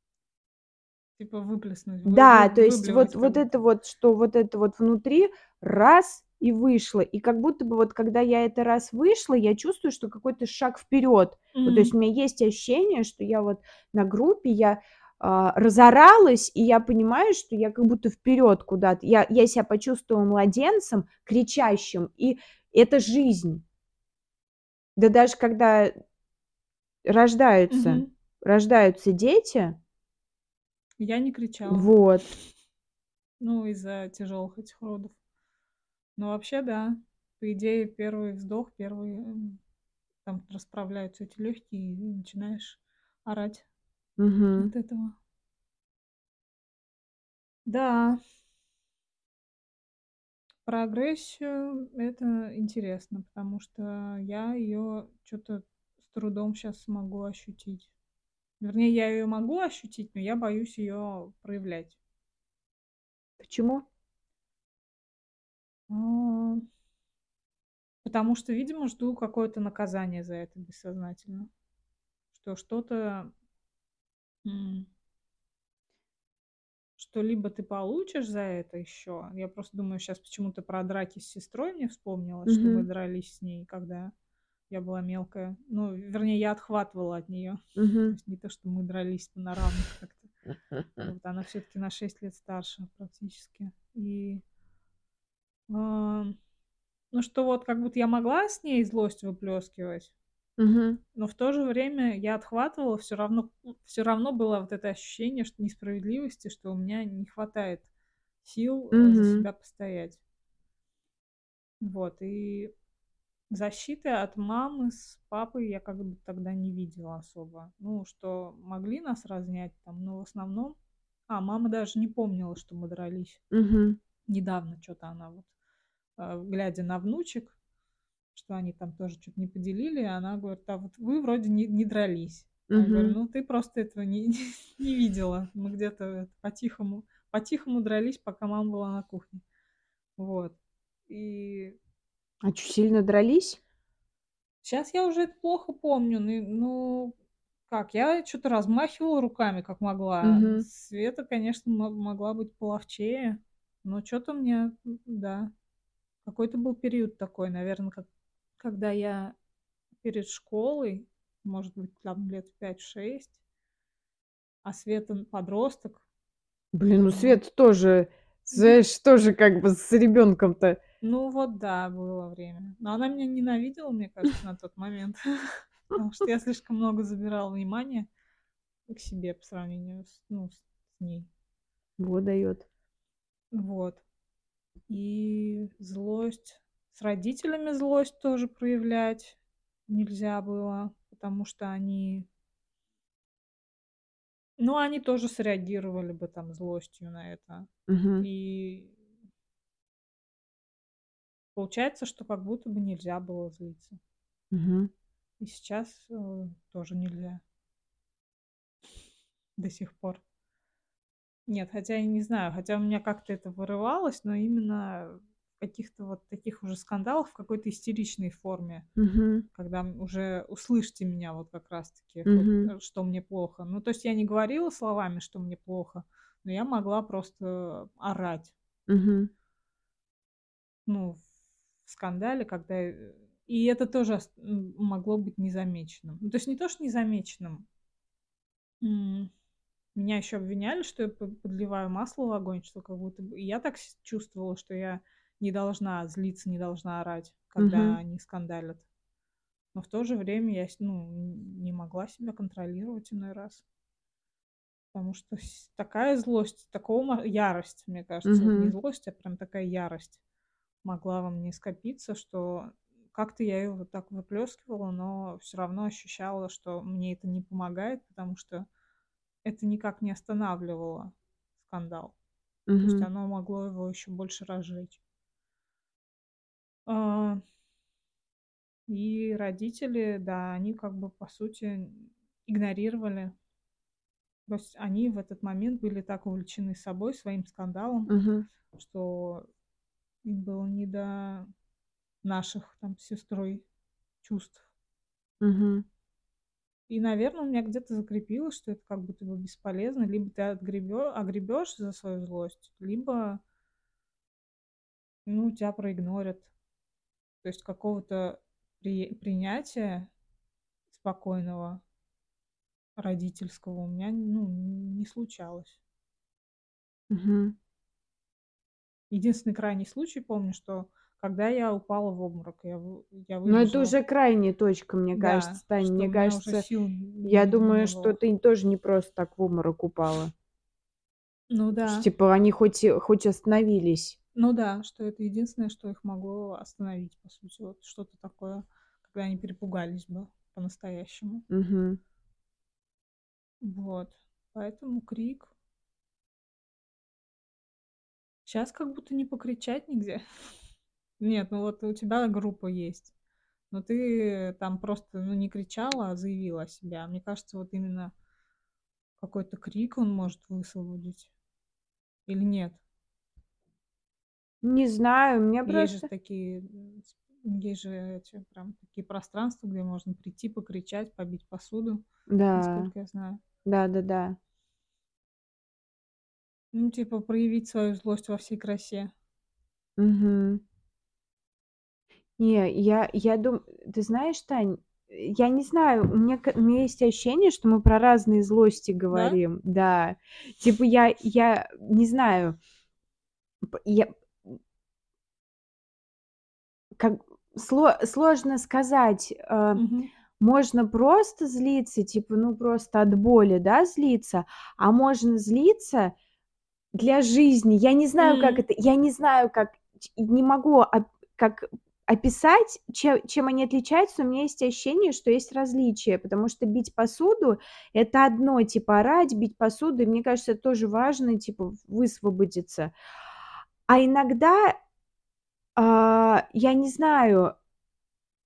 [SPEAKER 1] Типа выплеснуть, вы вы
[SPEAKER 2] Да, то есть вот
[SPEAKER 1] выблевать как
[SPEAKER 2] вот
[SPEAKER 1] будто.
[SPEAKER 2] это вот, что вот это вот внутри раз- и вышло. И как будто бы вот когда я это раз вышло, я чувствую, что какой-то шаг вперёд. Вот то есть
[SPEAKER 1] М.
[SPEAKER 2] у меня есть ощущение, что я вот на группе, я, а, разоралась, и я понимаю, что я как будто вперёд куда-то. Я я ся почувствовала младенцем, кричащим, и это жизнь. Да даже когда рождаются
[SPEAKER 1] Мгм.
[SPEAKER 2] рождаются дети
[SPEAKER 1] Я не кричала.
[SPEAKER 2] Вот.
[SPEAKER 1] Ну, из-за тяжёлых этих родов. Ну, вообще, да. По идее, первый вздох, первый, м, там расправляются эти лёгкие, и начинаешь орать
[SPEAKER 2] Мгм.
[SPEAKER 1] от этого. Да. Про агрессию- это интересно, потому что я её чё-то с трудом щас смогу ощутить. Вернее, я её могу ощутить, но я боюсь её проявлять.
[SPEAKER 2] Почему?
[SPEAKER 1] А. Потому что, видимо, жду какое-то наказание за это бессознательно. Что что-то м что либо ты получишь за это ещё. Я просто думаю щас почему-то про драки с сестрой мне вспомнилось, что мы
[SPEAKER 2] Мгм.
[SPEAKER 1] дрались с ней, когда я была мелкая. Ну, вернее, я отхватывала от неё. То
[SPEAKER 2] Мгм.
[SPEAKER 1] есть не то, что мы дрались на равных как-то. Вот. Она всё-таки на шесть лет старше практически. И а, ну, что вот как будто я могла с ней злость выплёскивать
[SPEAKER 2] Мгм.
[SPEAKER 1] но в то же время я отхватывала, всё равно м, всё равно было вот это ощущение, что несправедливости, что у меня не хватает сил, э, за
[SPEAKER 2] Мгм.
[SPEAKER 1] себя постоять. Вот. И защиты от мамы с папой я как бы тогда не видела особо. Ну, что могли нас разнять там, но в основном А, мама даже не помнила, что мы дрались.
[SPEAKER 2] Мгм.
[SPEAKER 1] Недавно чё-то она вот, а, глядя на внучек, что они там тоже чё-то не поделили, она говорит: "А вот вы вроде не не дрались". А я говорю:
[SPEAKER 2] Мгм.
[SPEAKER 1] "Ну, ты просто этого не не видела. Мы где-то это по-тихому по-тихому дрались, пока мама была на кухне. Вот. И
[SPEAKER 2] А чё, сильно дрались?
[SPEAKER 1] Сейчас я уже это плохо помню. Ну, ну, как, я что-то размахивала руками, как могла.
[SPEAKER 2] Мгм.
[SPEAKER 1] Света, конечно, мо- могла быть половчее, но что-то мне, м, да, какой-то был период такой, наверное, как, когда я перед школой, может быть, там лет пять-шесть, а Света подросток,
[SPEAKER 2] Блин, ну
[SPEAKER 1] тоже мы...
[SPEAKER 2] Света тоже, знаешь, тоже как бы с ребенком-то.
[SPEAKER 1] Ну вот да, было время. Но она меня ненавидела, мне кажется, на тот момент, потому что я слишком много забирала внимания к себе по сравнению с, ну, с ней.
[SPEAKER 2] Вот дает.
[SPEAKER 1] Вот. И злость. С родителями злость тоже проявлять нельзя было, потому что они... Ну, они тоже среагировали бы там злостью на это.
[SPEAKER 2] Мгм.
[SPEAKER 1] И получается, что как будто бы нельзя было злиться.
[SPEAKER 2] Мгм.
[SPEAKER 1] И сейчас э, тоже нельзя до сих пор. Нет, хотя я не знаю, хотя у меня как-то это вырывалось, но именно в каких-то вот таких уже скандалах в какой-то истеричной форме,
[SPEAKER 2] Мгм.
[SPEAKER 1] когда м- уже услышьте меня вот как раз-таки, хоть
[SPEAKER 2] Мгм.
[SPEAKER 1] э, что мне плохо. Ну, то есть я не говорила словами, что мне плохо, но я могла просто орать.
[SPEAKER 2] Мгм.
[SPEAKER 1] Ну, в скандале, когда... э, И это тоже ос- м, могло быть незамеченным. Ну, то есть не то, что незамеченным. м, Меня еще обвиняли, что я п- подливаю масло в огонь, что как будто бы... И я так с- чувствовала, что я не должна злиться, не должна орать, когда
[SPEAKER 2] Мгм.
[SPEAKER 1] они скандалят. Но в то же время я с- ну, не могла себя контролировать иной раз. Потому что с- такая злость, такого ма- ярость, мне кажется, вот не
[SPEAKER 2] Мгм.
[SPEAKER 1] злость, а прям такая ярость могла во мне скопиться, что как-то я ее вот так выплескивала, но все равно ощущала, что мне это не помогает, потому что это никак не останавливало скандал. То есть
[SPEAKER 2] Мгм.
[SPEAKER 1] оно могло его еще больше разжечь. А, И родители, да, они как бы по сути игнорировали. То есть они в этот момент были так увлечены собой, своим скандалом,
[SPEAKER 2] Мгм.
[SPEAKER 1] что им было не до наших там с сестрой чувств.
[SPEAKER 2] Мгм.
[SPEAKER 1] И, наверное, у меня где-то закрепилось, что это как будто бы бесполезно. Либо ты отгребё- огребешь за свою злость, либо ну, тебя проигнорят. То есть какого-то при- принятия спокойного родительского у меня ну, не случалось.
[SPEAKER 2] Мгм.
[SPEAKER 1] Единственный крайний случай помню, что когда я упала в обморок, я, вы- я
[SPEAKER 2] Но это
[SPEAKER 1] выбежала.
[SPEAKER 2] уже крайняя точка, мне
[SPEAKER 1] Да,
[SPEAKER 2] кажется, Тань.
[SPEAKER 1] что у
[SPEAKER 2] Мне
[SPEAKER 1] меня уже
[SPEAKER 2] кажется,
[SPEAKER 1] сил не
[SPEAKER 2] я думаю, что
[SPEAKER 1] выдерживала.
[SPEAKER 2] ты тоже не просто так в обморок упала.
[SPEAKER 1] Ну
[SPEAKER 2] Что,
[SPEAKER 1] да,
[SPEAKER 2] типа, они хоть, и- хоть остановились.
[SPEAKER 1] ну да, что это единственное, что их могло остановить, по сути. Вот что-то такое, когда они перепугались бы по-настоящему.
[SPEAKER 2] Мгм.
[SPEAKER 1] Вот. Поэтому крик. Сейчас как будто не покричать нигде. Нет, ну вот у тебя группа есть. Но ты там просто, ну, не кричала, а заявила о себе. А мне кажется, вот именно какой-то крик он может высвободить. Или нет?
[SPEAKER 2] Не знаю, мне
[SPEAKER 1] Есть же
[SPEAKER 2] просто...
[SPEAKER 1] такие, м, с- есть же эти прям такие пространства, где можно прийти, покричать, побить посуду,
[SPEAKER 2] Да,
[SPEAKER 1] насколько я знаю.
[SPEAKER 2] да-да-да.
[SPEAKER 1] Ну, типа проявить свою злость во всей красе.
[SPEAKER 2] Мгм. Не, я я думаю, ты знаешь, Тань, э, я не знаю, у меня ка у меня есть ощущение, что мы про разные злости
[SPEAKER 1] Да?
[SPEAKER 2] говорим. Да. Типа я я не знаю, п я как сло сложно сказать, э,
[SPEAKER 1] Мгм.
[SPEAKER 2] можно просто злиться, типа, ну, просто от боли, да, злиться, а можно злиться для жизни. Я не знаю, как
[SPEAKER 1] М.
[SPEAKER 2] это, я не знаю, как, ч не могу оп как описать, че чем они отличаются. У меня есть ощущение, что есть различия, потому что бить посуду — это одно, типа орать, бить посуду, и мне кажется, это тоже важно, типа высвободиться. А иногда, а, я не знаю,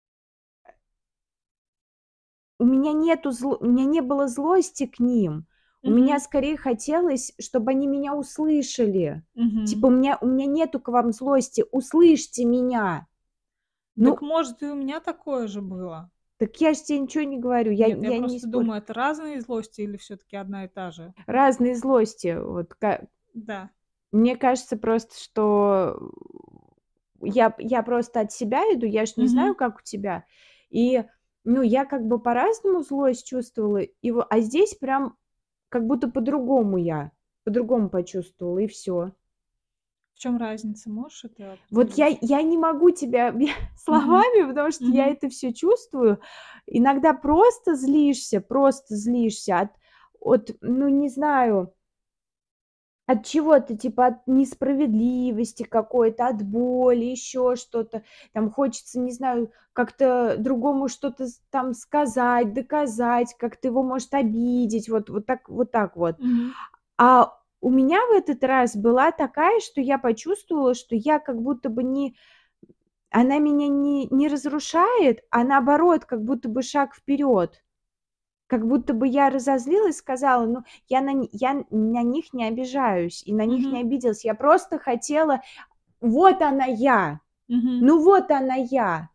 [SPEAKER 2] у меня нету зло у меня не было злости к ним. У меня
[SPEAKER 1] Мгм.
[SPEAKER 2] скорее хотелось, чтобы они меня услышали. Типа,
[SPEAKER 1] Мгм.
[SPEAKER 2] у меня у меня нету к вам злости, услышьте меня.
[SPEAKER 1] Дак,
[SPEAKER 2] Ну,
[SPEAKER 1] может, и у меня такое же было.
[SPEAKER 2] так я ж те ничего не говорю, я
[SPEAKER 1] Нет, я
[SPEAKER 2] я не
[SPEAKER 1] просто
[SPEAKER 2] спорю.
[SPEAKER 1] думаю, это разные злости или все таки одна и та же?
[SPEAKER 2] Разные злости. Вот ка
[SPEAKER 1] Да.
[SPEAKER 2] Мне кажется просто, что я я просто от себя иду, я ж не знаю,
[SPEAKER 1] Мгм.
[SPEAKER 2] как у тебя. И, ну, я как бы по-разному злость чувствовала, и во а здесь прям как будто по-другому я, по-другому почувствовала, и всё.
[SPEAKER 1] В чём разница? Можешь это
[SPEAKER 2] Вот я
[SPEAKER 1] определить?
[SPEAKER 2] я не могу тебя
[SPEAKER 1] Мгм.
[SPEAKER 2] словами, потому что я
[SPEAKER 1] Мгм.
[SPEAKER 2] это всё чувствую. Иногда просто злишься, просто злишься от от, ну, не знаю, от чего-то, типа от несправедливости какой-то, от боли, еще что-то. Там хочется, не знаю, как-то другому что-то с там сказать, доказать, как-то его, может, обидеть, вот вот так вот так вот.
[SPEAKER 1] Мгм.
[SPEAKER 2] А у меня в этот раз была такая, что я почувствовала, что я как будто бы не она меня не не разрушает, а наоборот, как будто бы шаг вперед. Как будто бы я разозлилась, сказала: "Ну, я на ни я на них не обижаюсь и на них не
[SPEAKER 1] Мгм.
[SPEAKER 2] обиделась. Я просто хотела вот она я,
[SPEAKER 1] Мгм.
[SPEAKER 2] ну вот она я".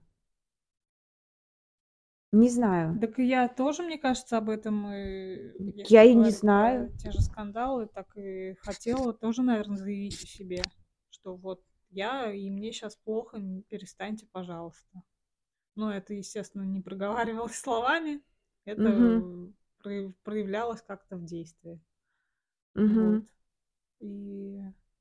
[SPEAKER 2] Не знаю.
[SPEAKER 1] Дак и я тоже, мне кажется, об этом, э,
[SPEAKER 2] Я
[SPEAKER 1] если
[SPEAKER 2] и не
[SPEAKER 1] говорить
[SPEAKER 2] знаю.
[SPEAKER 1] про те же скандалы, так и хотела тоже, наверно, заявить о себе, что вот я, и мне щас плохо, н перестаньте, пожалуйста. Но это, естественно, не проговаривалось словами, это,
[SPEAKER 2] Мгм.
[SPEAKER 1] э, прояв проявлялось как-то в действии. Вот.
[SPEAKER 2] Мгм.
[SPEAKER 1] И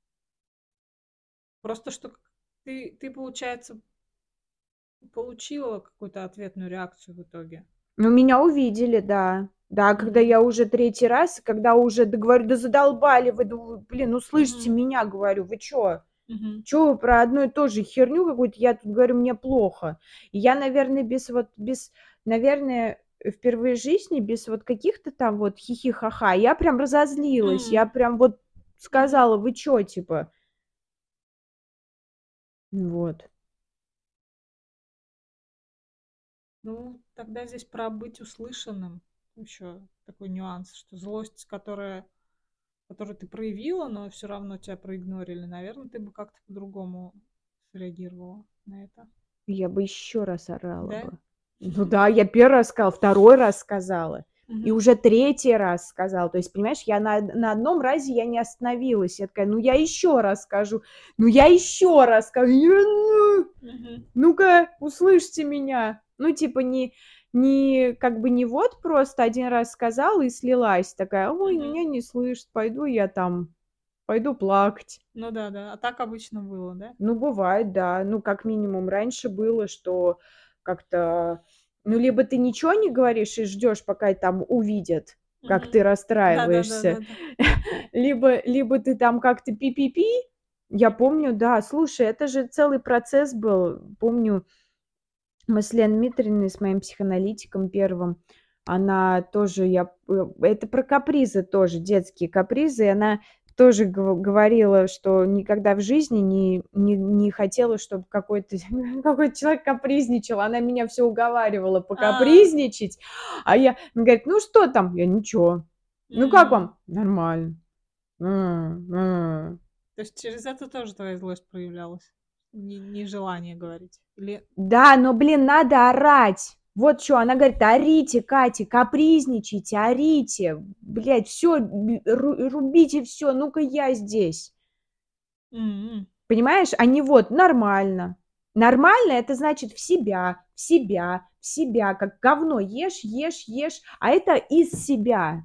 [SPEAKER 1] просто что к ты ты, получается получила какую-то ответную реакцию в итоге?
[SPEAKER 2] Ну, меня увидели, да. Да, когда
[SPEAKER 1] Мгм.
[SPEAKER 2] я уже третий раз, когда уже, да говорю: "Да задолбали вы, да вы, блин, услышьте
[SPEAKER 1] Мгм.
[SPEAKER 2] меня", говорю, "вы чё?
[SPEAKER 1] Мгм.
[SPEAKER 2] Чё вы про одну и ту же херню какую-то? Я тут, говорю, мне плохо". И я, наверное, без вот без, наверное, э, впервые в жизни без вот каких-то там вот хихи-ха-ха, я прям разозлилась, я
[SPEAKER 1] М.
[SPEAKER 2] прям вот
[SPEAKER 1] Мгм.
[SPEAKER 2] сказала: "Вы чё?" Типа. Вот.
[SPEAKER 1] Ну, тогда здесь про быть услышанным ещё такой нюанс, что злость, которая которую ты проявила, но всё равно тя проигнорили, наверно, ты бы как-то по-другому среагировала на это.
[SPEAKER 2] Я бы ещё раз орала
[SPEAKER 1] Да?
[SPEAKER 2] бы. Ну да, я первый раз сказала, второй раз сказала и
[SPEAKER 1] Мгм.
[SPEAKER 2] уже третий раз сказала. То есть, понимаешь, я на од на одном разе я не остановилась. Я такая: "Ну, я ещё раз скажу, ну, я ещё раз скажу, я ну
[SPEAKER 1] Мгм.
[SPEAKER 2] ну-ка, услышьте меня". Ну, типа, не не как бы не вот просто один раз сказала и слилась, такая: "Ой,
[SPEAKER 1] Мгм.
[SPEAKER 2] меня не слышат, пойду я там, пойду плакать".
[SPEAKER 1] Ну да-да, а так обычно было, да?
[SPEAKER 2] Ну, бывает, да. Ну, как минимум, раньше было, что как-то, ну, либо ты ничего не говоришь и ждёшь, пока там увидят, как
[SPEAKER 1] Мгм.
[SPEAKER 2] ты расстраиваешься,
[SPEAKER 1] Да-да-да-да-да.
[SPEAKER 2] либо либо ты там как-то пи-пи-пи. Я помню,
[SPEAKER 1] Пи-пи-пи.
[SPEAKER 2] да, слушай, это же целый процесс был. Помню, мы с Леной Дмитриевной, с моим психоаналитиком первым, она тоже, я п это про капризы тоже, детские капризы. И она тоже гов говорила, что никогда в жизни не не не хотела, чтобы какой-то какой-то человек капризничал. Она меня всё уговаривала
[SPEAKER 1] А.
[SPEAKER 2] покапризничать, а я она говорит: "Ну, что там?" Я: "Ничего". "Ну, как
[SPEAKER 1] М.
[SPEAKER 2] вам?" "Нормально". "М, м".
[SPEAKER 1] То есть через это тоже твоя злость проявлялась? Не нежелание говорить или
[SPEAKER 2] Да, но, блин, надо орать. Вот чё. Она говорит: "Орите, Катя, капризничайте, орите, блядь, всё, б ру рубите всё, ну-ка я здесь".
[SPEAKER 1] М.
[SPEAKER 2] Понимаешь, а не вот: "Нормально". Нормально- это значит в себя, в себя, в себя, как говно ешь, ешь, ешь, а это из себя.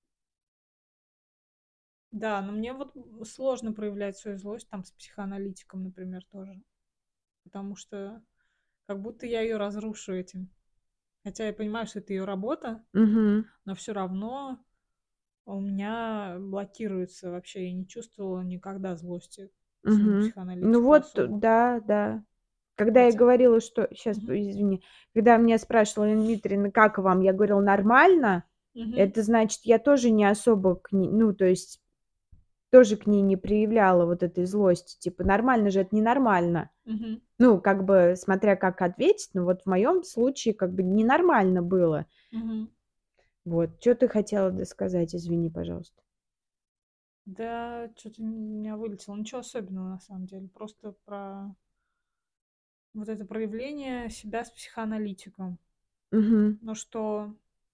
[SPEAKER 1] Да, но мне вот сложно проявлять свою злость там с психоаналитиком, например, тоже. Потому что как будто я её разрушу этим. Хотя я понимаю, что это её работа,
[SPEAKER 2] Мгм.
[SPEAKER 1] но всё равно у меня блокируется вообще. Я не чувствовала никогда злости к своему
[SPEAKER 2] Мгм. Ну
[SPEAKER 1] психоаналитику
[SPEAKER 2] вот,
[SPEAKER 1] особо.
[SPEAKER 2] да, да. Когда я
[SPEAKER 1] Хотя
[SPEAKER 2] говорила, что щас,
[SPEAKER 1] Мгм.
[SPEAKER 2] извини. Когда меня спрашивала Лена Дмитриевна: "Как вам?" Я говорила: "Нормально".
[SPEAKER 1] Мгм.
[SPEAKER 2] Это значит, я тоже не особо к ней, ну, то есть тоже к ней не проявляла вот этой злости. Типа, нормально же- это ненормально.
[SPEAKER 1] Мгм.
[SPEAKER 2] Ну, как бы смотря как ответить, но вот в моём случае как бы ненормально было.
[SPEAKER 1] Мгм.
[SPEAKER 2] Вот. Чё ты хотела досказать? Извини, пожалуйста.
[SPEAKER 1] Да, что-то у меня вылетело. Ничего особенного на самом деле. Просто про вот это проявление себя с психоаналитиком.
[SPEAKER 2] Мгм.
[SPEAKER 1] Но что,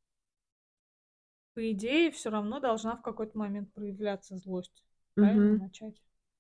[SPEAKER 1] по идее, все равно должна в какой-то момент проявляться злость. Правильно
[SPEAKER 2] Мгм.
[SPEAKER 1] начать?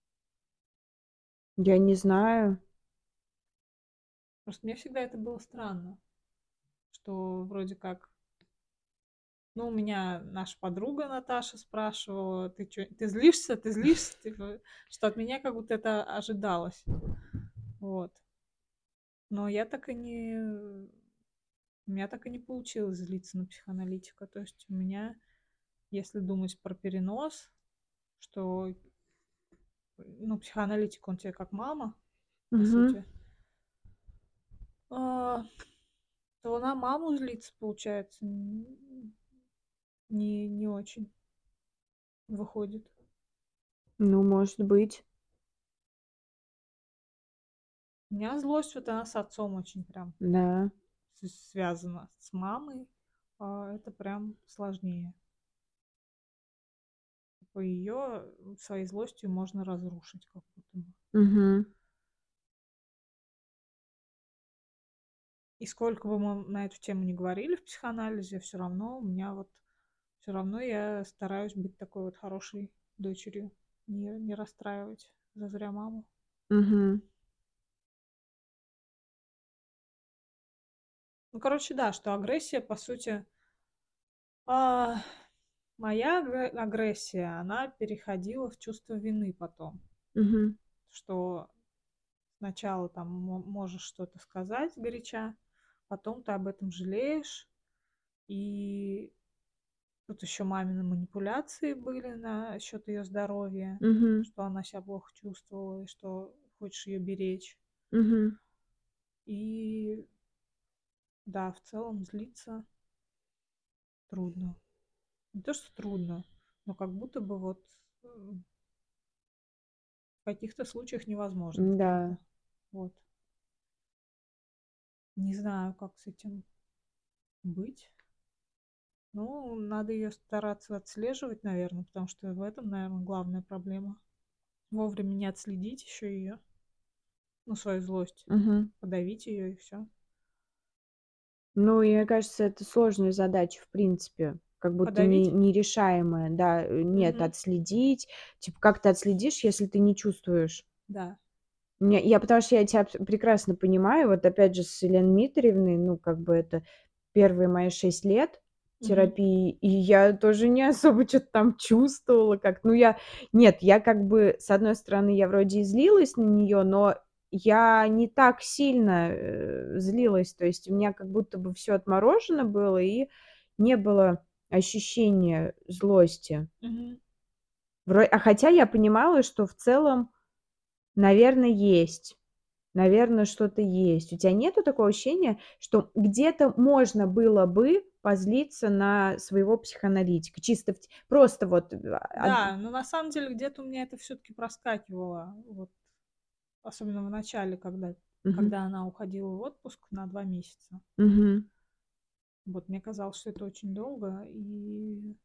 [SPEAKER 2] Я не знаю.
[SPEAKER 1] Просто мне всегда это было странно, что вроде как, ну, у меня наша подруга Наташа спрашивала, ты чё, ты злишься, ты злишься, типа, что от меня как будто это ожидалось. Вот. Но я так и не... У меня так и не получилось злиться на психоаналитика. То есть у меня, если думать про перенос, что, ну, психоаналитик, он тебе как мама, по
[SPEAKER 2] Мгм.
[SPEAKER 1] сути, а, то на маму злиться, получается, н- не, не очень выходит.
[SPEAKER 2] Ну, может быть.
[SPEAKER 1] У меня злость, вот она с отцом очень прям
[SPEAKER 2] Да.
[SPEAKER 1] с- связана. С мамой а, это прям сложнее. По ее своей злостью можно разрушить как будто бы.
[SPEAKER 2] Мгм.
[SPEAKER 1] И сколько бы мы на эту тему не говорили в психоанализе, все равно у меня вот, все равно я стараюсь быть такой вот хорошей дочерью, не, не расстраивать зазря маму.
[SPEAKER 2] Мгм.
[SPEAKER 1] Ну, короче, да, что агрессия, по сути, а, моя агре- агрессия, она переходила в чувство вины потом,
[SPEAKER 2] Мгм.
[SPEAKER 1] что сначала там мо- можешь что-то сказать горяча, потом ты об этом жалеешь, и тут еще мамины манипуляции были насчет ее здоровья,
[SPEAKER 2] Мгм.
[SPEAKER 1] что она себя плохо чувствовала и что хочешь ее беречь.
[SPEAKER 2] Мгм.
[SPEAKER 1] И да, в целом злиться трудно. Не то, что трудно, но как будто бы вот э, в каких-то случаях невозможно
[SPEAKER 2] Да.
[SPEAKER 1] где-то. Вот. Не знаю, как с этим быть. Ну, надо ее стараться отслеживать, наверное, потому что в этом, наверное, главная проблема. Вовремя не отследить еще ее, ну, свою злость,
[SPEAKER 2] Мгм.
[SPEAKER 1] подавить ее и все.
[SPEAKER 2] Ну, и мне кажется, это сложная задача, в принципе, как будто не
[SPEAKER 1] Подавить?
[SPEAKER 2] нерешаемая. Да, э, нет,
[SPEAKER 1] Мгм.
[SPEAKER 2] отследить. Типа, как ты отследишь, если ты не чувствуешь?
[SPEAKER 1] Да.
[SPEAKER 2] Не, я потому что я тебя абс прекрасно понимаю. Вот опять же с Еленой Дмитриевной, ну, как бы это первые мои шесть лет
[SPEAKER 1] Мгм.
[SPEAKER 2] терапии, и я тоже не особо чё-то там чувствовала как. Ну, я нет, я как бы, с одной стороны, я вроде и злилась на неё, но я не так сильно, э, злилась. То есть у меня как будто бы всё отморожено было, и не было ощущения злости.
[SPEAKER 1] Мгм.
[SPEAKER 2] Вро а хотя я понимала, что в целом, наверно, есть. Наверно, что-то есть. У тебя нету такого ощущения, что где-то можно было бы позлиться на своего психоаналитика? Чисто в те просто вот, а, од
[SPEAKER 1] Да, но на самом деле где-то у меня это все-таки проскакивало. Вот, особенно в начале, когда,
[SPEAKER 2] Мгм.
[SPEAKER 1] когда она уходила в отпуск на два месяца.
[SPEAKER 2] Мгм.
[SPEAKER 1] Вот, мне казалось, что это очень долго, и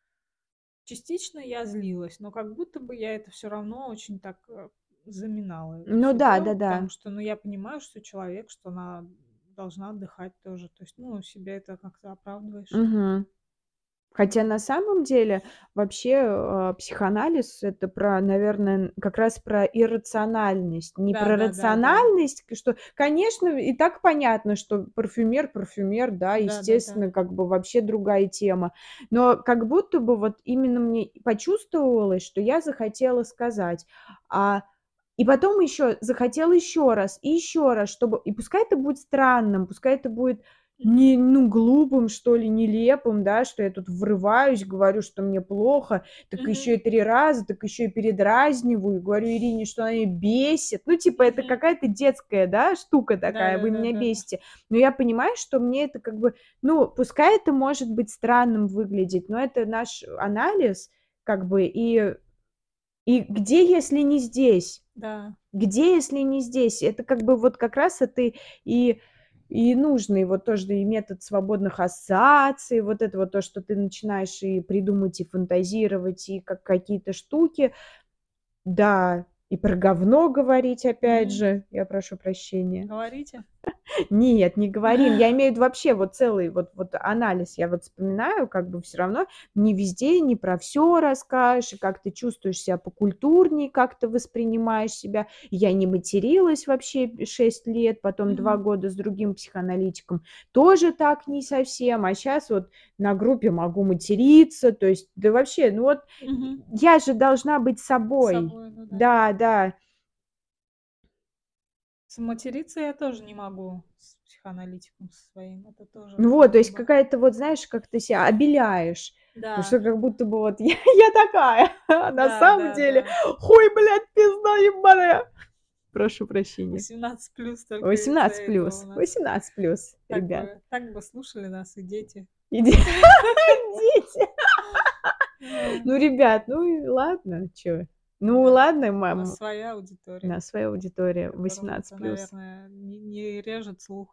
[SPEAKER 1] частично я злилась, но как будто бы я это все равно очень так э, заминала это
[SPEAKER 2] Ну
[SPEAKER 1] все
[SPEAKER 2] да,
[SPEAKER 1] дело,
[SPEAKER 2] да-да.
[SPEAKER 1] потому что, ну, я понимаю, что человек, что она должна отдыхать тоже. То есть, ну, себе это как-то оправдываешь.
[SPEAKER 2] Мгм. Хотя
[SPEAKER 1] Вот.
[SPEAKER 2] на самом деле вообще, а, психоанализ — это про, наверное, как раз про иррациональность. Не
[SPEAKER 1] Да,
[SPEAKER 2] про
[SPEAKER 1] да, да, да.
[SPEAKER 2] рациональность, к что, конечно, и так понятно, что парфюмер парфюмер, да,
[SPEAKER 1] Да, да, да.
[SPEAKER 2] естественно, как бы вообще другая тема. Но как будто бы вот именно мне почувствовалось, что я захотела сказать, а, и потом еще захотела еще раз и еще раз, чтобы и пускай это будет странным, пускай это будет
[SPEAKER 1] Мгм.
[SPEAKER 2] не ну, глупым, что ли, нелепым, да, что я тут врываюсь, говорю, что мне плохо, так
[SPEAKER 1] Мгм.
[SPEAKER 2] еще и три раза, так еще и передразниваю, говорю Ирине, что она меня бесит. Ну, типа, это
[SPEAKER 1] Мгм.
[SPEAKER 2] какая-то детская, да, штука
[SPEAKER 1] Да,
[SPEAKER 2] такая,
[SPEAKER 1] да,
[SPEAKER 2] вы
[SPEAKER 1] да,
[SPEAKER 2] меня
[SPEAKER 1] да, да.
[SPEAKER 2] бесите. Но я понимаю, что мне это как бы, ну, пускай это может быть странным выглядеть, но это наш анализ, как бы, и и где, если не здесь?
[SPEAKER 1] Да.
[SPEAKER 2] Где, если не здесь? Это как бы вот как раз это и и нужный вот тоже и метод свободных ассоциаций, вот это вот то, что ты начинаешь и придумать, и фантазировать, и как какие-то штуки. Да, и про говно говорить опять
[SPEAKER 1] Мгм.
[SPEAKER 2] же, я прошу прощения.
[SPEAKER 1] Говорите.
[SPEAKER 2] Нет, не говорим. Я имею в виду вообще вот целый вот вот анализ. Я вот вспоминаю, как бы все равно не везде, не про все расскажешь, и как ты чувствуешь себя покультурней, как ты воспринимаешь себя. Я не материлась вообще шесть лет, потом два
[SPEAKER 1] Мгм.
[SPEAKER 2] года с другим психоаналитиком. Тоже так не совсем. А сейчас вот на группе могу материться. То есть, да вообще, ну вот
[SPEAKER 1] Мгм.
[SPEAKER 2] я же должна быть
[SPEAKER 1] С
[SPEAKER 2] собой.
[SPEAKER 1] собой, ну да.
[SPEAKER 2] Да, да.
[SPEAKER 1] Сматериться я тоже не могу с психоаналитиком со своим. Это тоже
[SPEAKER 2] Ну вот,
[SPEAKER 1] как
[SPEAKER 2] то есть
[SPEAKER 1] бы
[SPEAKER 2] какая-то вот, знаешь, как ты себя обеляешь. Ну
[SPEAKER 1] Да.
[SPEAKER 2] что как будто бы вот я я такая, а на
[SPEAKER 1] Да,
[SPEAKER 2] самом
[SPEAKER 1] да,
[SPEAKER 2] деле:
[SPEAKER 1] да.
[SPEAKER 2] хуй, блядь, пизда ебаная. Прошу прощения.
[SPEAKER 1] восемнадцать плюс только из-за
[SPEAKER 2] восемнадцать
[SPEAKER 1] этого у
[SPEAKER 2] плюс,
[SPEAKER 1] нас.
[SPEAKER 2] восемнадцать плюс,
[SPEAKER 1] Так
[SPEAKER 2] ребят.
[SPEAKER 1] бы так бы слушали нас и дети.
[SPEAKER 2] Иди дети.
[SPEAKER 1] А.
[SPEAKER 2] Ну, ребят, ну и ладно, чё. Ну
[SPEAKER 1] Да.
[SPEAKER 2] ладно,
[SPEAKER 1] У нас
[SPEAKER 2] мам.
[SPEAKER 1] своя
[SPEAKER 2] У
[SPEAKER 1] аудитория,
[SPEAKER 2] нас своя аудитория
[SPEAKER 1] которым
[SPEAKER 2] восемнадцать
[SPEAKER 1] это,
[SPEAKER 2] плюс.
[SPEAKER 1] наверное, не не режет слух.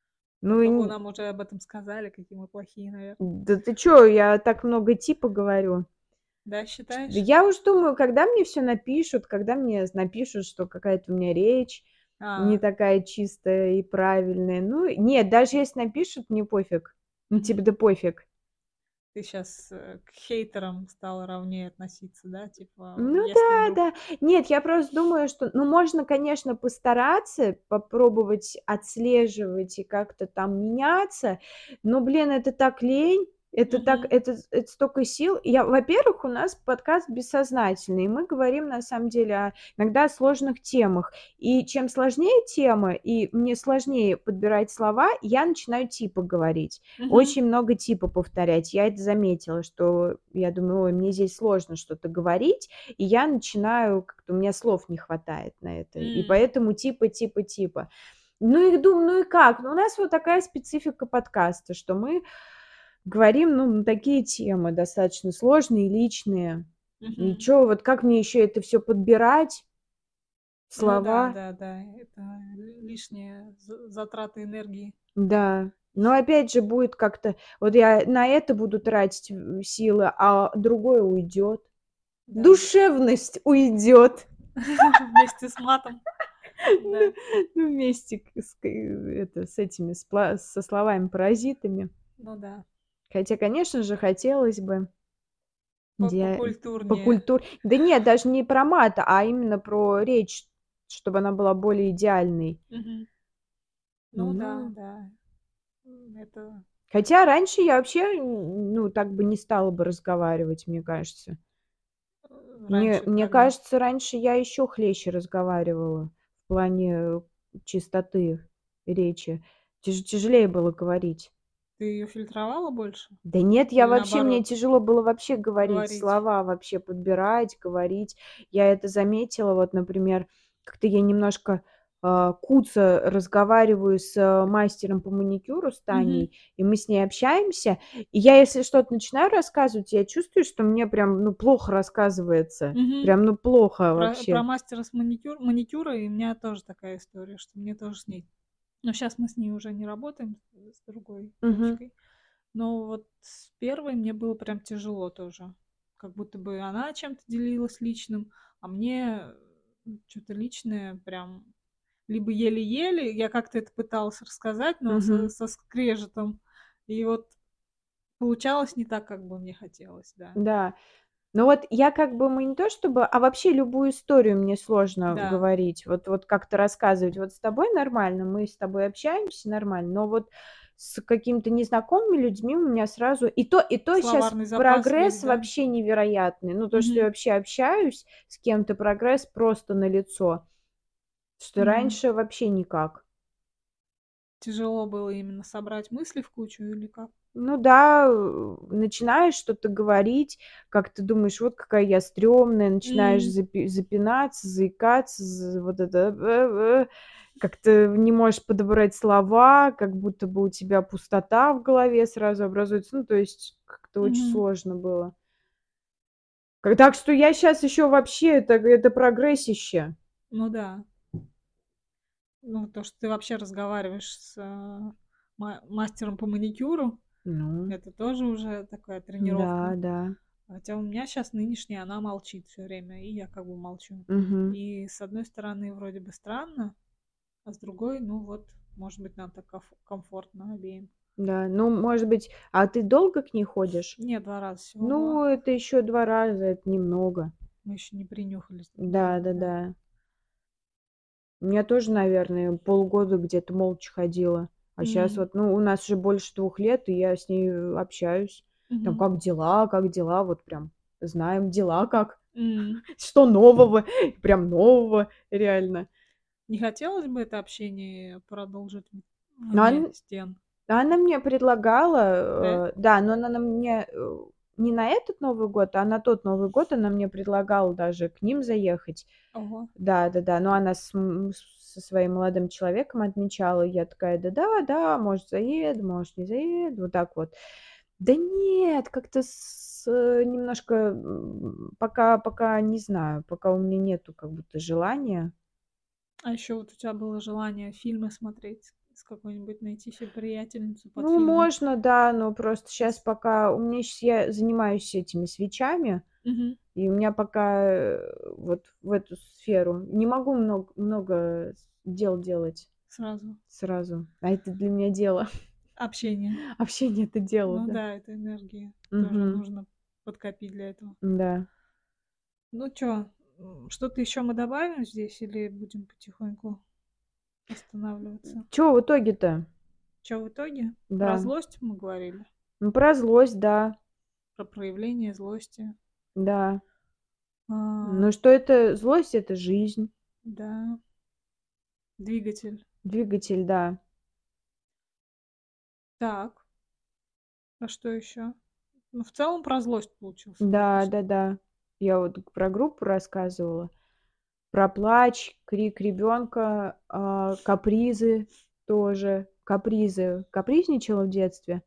[SPEAKER 1] А
[SPEAKER 2] Ну и
[SPEAKER 1] то бы
[SPEAKER 2] н
[SPEAKER 1] нам уже об этом сказали, какие мы плохие, наверно.
[SPEAKER 2] Да ты чё, я так много типа говорю.
[SPEAKER 1] Да,
[SPEAKER 2] Чт
[SPEAKER 1] считаешь?
[SPEAKER 2] я уж думаю, когда мне всё напишут, когда мне з напишут, что какая-то у меня речь не
[SPEAKER 1] А.
[SPEAKER 2] такая чистая и правильная. Ну, нет, даже если напишут, мне пофиг. Ну, типа,
[SPEAKER 1] Мгм.
[SPEAKER 2] да пофиг.
[SPEAKER 1] Ты щас, э, к хейтерам стала ровнее относиться, да? Типа,
[SPEAKER 2] Ну
[SPEAKER 1] если
[SPEAKER 2] да,
[SPEAKER 1] вдруг
[SPEAKER 2] да. Нет, я просто думаю, что, ну, можно, конечно, постараться, попробовать отслеживать и как-то там меняться, но, блин, это так лень, это так,
[SPEAKER 1] Мгм.
[SPEAKER 2] это это столько сил. Я, во-первых, у нас подкаст бессознательный, и мы говорим на самом деле о иногда о сложных темах. И чем сложнее тема, и мне сложнее подбирать слова, я начинаю типа говорить.
[SPEAKER 1] Мгм.
[SPEAKER 2] Очень много типа повторять. Я это заметила, что я думаю: "Ой, мне здесь сложно что-то говорить". И я начинаю как-то, у меня слов не хватает на это, и
[SPEAKER 1] М.
[SPEAKER 2] поэтому типа типа типа. Ну и думаю: "Ну и как?" Ну, у нас вот такая специфика подкаста, что мы говорим, ну, на такие темы достаточно сложные, личные. И
[SPEAKER 1] Мгм.
[SPEAKER 2] чё, вот как мне ещё это всё подбирать?
[SPEAKER 1] Ну да,
[SPEAKER 2] Слова?
[SPEAKER 1] да, да. Это ли лишние за затраты энергии.
[SPEAKER 2] Да. Но
[SPEAKER 1] Ещё.
[SPEAKER 2] опять же будет как-то вот я на это буду тратить, м, силы, а другое уйдет.
[SPEAKER 1] Да.
[SPEAKER 2] Душевность уйдет.
[SPEAKER 1] Вместе с матом.
[SPEAKER 2] Ну
[SPEAKER 1] Да.
[SPEAKER 2] ну, вместе к с к это, с этими, с пла со словами-паразитами.
[SPEAKER 1] Ну да.
[SPEAKER 2] Хотя, конечно же, хотелось бы
[SPEAKER 1] По
[SPEAKER 2] де
[SPEAKER 1] покультурнее.
[SPEAKER 2] покультур да нет, даже не про мат, а именно про речь, чтобы она была более идеальной.
[SPEAKER 1] Мгм. Ну да,
[SPEAKER 2] Ну
[SPEAKER 1] да. М, это
[SPEAKER 2] Хотя раньше я вообще, н ну, так бы не стала бы разговаривать, мне кажется.
[SPEAKER 1] Э,
[SPEAKER 2] Мне
[SPEAKER 1] раньше
[SPEAKER 2] мне
[SPEAKER 1] когда?
[SPEAKER 2] кажется, раньше я ещё хлеще разговаривала в плане, э, чистоты речи. Тяж тяжелее было говорить.
[SPEAKER 1] Ты её фильтровала больше?
[SPEAKER 2] Да нет, я
[SPEAKER 1] Или
[SPEAKER 2] вообще мне
[SPEAKER 1] наоборот?
[SPEAKER 2] тяжело было вообще говорить,
[SPEAKER 1] Говорить.
[SPEAKER 2] слова вообще подбирать, говорить. Я это заметила. Вот, например, как-то я немножко, а, куца разговариваю с мастером по маникюру, с
[SPEAKER 1] Мгм.
[SPEAKER 2] Таней, и мы с ней общаемся. И я, если что-то начинаю рассказывать, я чувствую, что мне прям, ну, плохо рассказывается.
[SPEAKER 1] Мгм.
[SPEAKER 2] Прям, ну, плохо
[SPEAKER 1] Про про
[SPEAKER 2] вообще.
[SPEAKER 1] мастера с маникюр маникюра и у меня тоже такая история, что мне тоже с ней но щас мы с ней уже не работаем, с другой
[SPEAKER 2] Мгм.
[SPEAKER 1] девочкой. Но вот с первой мне было прям тяжело тоже. Как будто бы она чем-то делилась личным, а мне, м, чё-то личное прям либо еле-еле, я как-то это пыталась рассказать, но со
[SPEAKER 2] Мгм.
[SPEAKER 1] со скрежетом. И вот получалось не так, как бы мне хотелось, да.
[SPEAKER 2] Да. Но вот я как бы мы не то чтобы а вообще любую историю мне сложно
[SPEAKER 1] Да.
[SPEAKER 2] говорить, вот вот как-то рассказывать. Вот с тобой нормально, мы с тобой общаемся нормально, но вот с какими-то незнакомыми людьми у меня сразу и то и то щас
[SPEAKER 1] Словарный запас весь,
[SPEAKER 2] прогресс
[SPEAKER 1] да?
[SPEAKER 2] вообще невероятный. Ну, то, что я
[SPEAKER 1] Мгм.
[SPEAKER 2] вообще общаюсь с кем-то, прогресс просто налицо. Что
[SPEAKER 1] Мгм.
[SPEAKER 2] раньше вообще никак.
[SPEAKER 1] Тяжело было именно собрать мысли в кучу или как?
[SPEAKER 2] Ну да, э, начинаешь что-то говорить, как ты думаешь: "Вот какая я стрёмная". Начинаешь
[SPEAKER 1] М.
[SPEAKER 2] запи запинаться, заикаться, з вот это э, э, как-то не можешь подобрать слова, как будто бы у тебя пустота в голове сразу образуется. Ну, то есть как-то очень
[SPEAKER 1] Мгм.
[SPEAKER 2] сложно было. К так что я щас ещё вообще это это прогрессище.
[SPEAKER 1] Ну да. Ну, то, что ты вообще разговариваешь с а, ма- мастером по маникюру,
[SPEAKER 2] Ну,
[SPEAKER 1] это тоже уже такая
[SPEAKER 2] да,
[SPEAKER 1] тренировка.
[SPEAKER 2] да.
[SPEAKER 1] Хотя у меня сейчас нынешняя, она молчит все время, и я как бы молчу.
[SPEAKER 2] Мгм.
[SPEAKER 1] И с одной стороны, вроде бы странно, а с другой, ну вот, может быть, нам так комф- комфортно обеим.
[SPEAKER 2] Да, ну, может быть, а ты долго к ней ходишь?
[SPEAKER 1] Нет, два раза всего было.
[SPEAKER 2] Ну, это еще два раза, это немного.
[SPEAKER 1] Мы еще не принюхались друг к
[SPEAKER 2] Да,
[SPEAKER 1] другу,
[SPEAKER 2] да,
[SPEAKER 1] да.
[SPEAKER 2] да. У меня тоже, наверное, полгода где-то молча ходила. А сейчас
[SPEAKER 1] М,
[SPEAKER 2] вот, ну, у нас уже больше двух лет, и я с ней э, общаюсь. Там,
[SPEAKER 1] мгм,
[SPEAKER 2] как дела, как дела, вот прям знаем дела как.
[SPEAKER 1] м.
[SPEAKER 2] Что нового, прям нового, реально.
[SPEAKER 1] Не хотелось бы это общение продолжить в-
[SPEAKER 2] Но
[SPEAKER 1] вне
[SPEAKER 2] он
[SPEAKER 1] стен,
[SPEAKER 2] она мне
[SPEAKER 1] да?
[SPEAKER 2] предлагала, э, да, но она на мне, э, не на этот Новый год, а на тот Новый год она мне предлагала даже к ним заехать.
[SPEAKER 1] Ого.
[SPEAKER 2] Да-да-да, но она с м с со своим молодым человеком отмечала. И я такая: "Да-да-да, может, заеду, может, не заеду". Вот так вот. Да нет, как-то с э, немножко, м, пока пока не знаю, пока у меня нету как будто желания.
[SPEAKER 1] А еще вот у тебя было желание фильмы смотреть, с какой-нибудь найти себе приятельницу под
[SPEAKER 2] Ну,
[SPEAKER 1] фильмы.
[SPEAKER 2] можно, да, но просто сейчас
[SPEAKER 1] Щас.
[SPEAKER 2] пока у меня щас я занимаюсь этими свечами,
[SPEAKER 1] Мгм.
[SPEAKER 2] и у меня пока, э, вот в эту сферу не могу мног много с дел делать
[SPEAKER 1] Сразу.
[SPEAKER 2] сразу, а это для меня дело.
[SPEAKER 1] Общение.
[SPEAKER 2] Общение — это дело,
[SPEAKER 1] Ну
[SPEAKER 2] да.
[SPEAKER 1] да, это энергия. Тоже
[SPEAKER 2] Мгм.
[SPEAKER 1] нужно подкопить для этого.
[SPEAKER 2] Да.
[SPEAKER 1] Ну чё, м, что-то еще мы добавим здесь или будем потихоньку останавливаться?
[SPEAKER 2] Чё в итоге-то?
[SPEAKER 1] Чё в итоге? Про
[SPEAKER 2] Да.
[SPEAKER 1] злость мы говорили,
[SPEAKER 2] Ну, про злость, да,
[SPEAKER 1] про проявление злости.
[SPEAKER 2] да.
[SPEAKER 1] А,
[SPEAKER 2] Ну, что это злость — это жизнь,
[SPEAKER 1] да, двигатель.
[SPEAKER 2] двигатель, да.
[SPEAKER 1] Так, а что еще? Ну, в целом про злость получился выпуск.
[SPEAKER 2] Да-да-да. Я вот про группу рассказывала. Про плач, крик ребенка, а, капризы тоже. Капризы. Капризничала в детстве?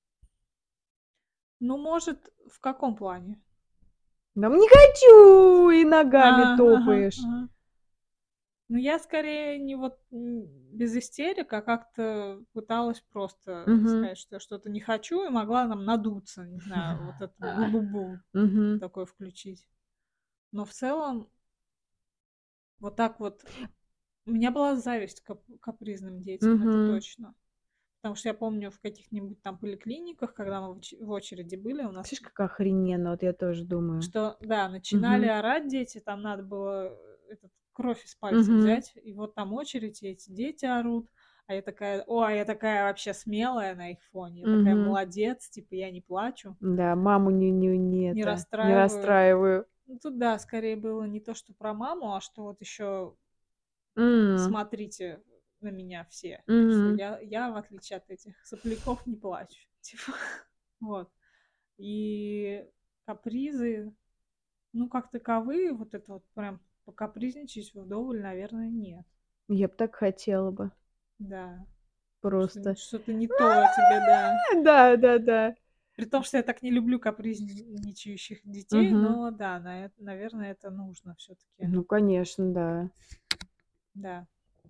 [SPEAKER 1] Ну, может, в каком плане?
[SPEAKER 2] "Дом не хочу!" И
[SPEAKER 1] А,
[SPEAKER 2] ногами
[SPEAKER 1] ага,
[SPEAKER 2] топаешь.
[SPEAKER 1] ага. Ну, я скорее не вот м, без истерик, а как-то пыталась просто
[SPEAKER 2] Мгм.
[SPEAKER 1] сказать, что я что-то не хочу, и могла там надуться, не знаю, вот это бу-бу-бу
[SPEAKER 2] Мгм.
[SPEAKER 1] такое включить. Но в целом, вот так вот, у меня была зависть к кап- капризным детям, это
[SPEAKER 2] Мгм.
[SPEAKER 1] точно. Потому что я помню в каких-нибудь там поликлиниках, когда мы в оч- в очереди были, у нас
[SPEAKER 2] Слышь, как охрененно, вот я тоже думаю.
[SPEAKER 1] что, да, начинали
[SPEAKER 2] Мгм.
[SPEAKER 1] орать дети, там надо было э, этот кровь из пальца
[SPEAKER 2] Мгм.
[SPEAKER 1] взять, и вот там очередь, и эти дети орут, а я такая, о, а я такая вообще смелая на их фоне, я такая
[SPEAKER 2] Мгм.
[SPEAKER 1] молодец, типа я не плачу,
[SPEAKER 2] Да, маму не не не
[SPEAKER 1] не
[SPEAKER 2] это, не
[SPEAKER 1] расстраиваю.
[SPEAKER 2] расстраиваю.
[SPEAKER 1] Ну, тут, да, скорее было не то, что про маму, а что вот еще
[SPEAKER 2] М.
[SPEAKER 1] смотрите на меня все, что
[SPEAKER 2] Мгм.
[SPEAKER 1] я, я, в отличие от этих сопляков, не плачу. Типа, вот. И капризы, ну, как таковые, вот это вот прям покапризничать вдоволь, наверное, нет.
[SPEAKER 2] Я б так хотела бы.
[SPEAKER 1] Да. Что,
[SPEAKER 2] Просто.
[SPEAKER 1] что-то не то тебе, да.
[SPEAKER 2] Да-да-да.
[SPEAKER 1] При том, что я так не люблю капризничающих детей,
[SPEAKER 2] Мгм.
[SPEAKER 1] но да, на это, наверное, это нужно все-таки.
[SPEAKER 2] Ну, конечно, да.
[SPEAKER 1] Да.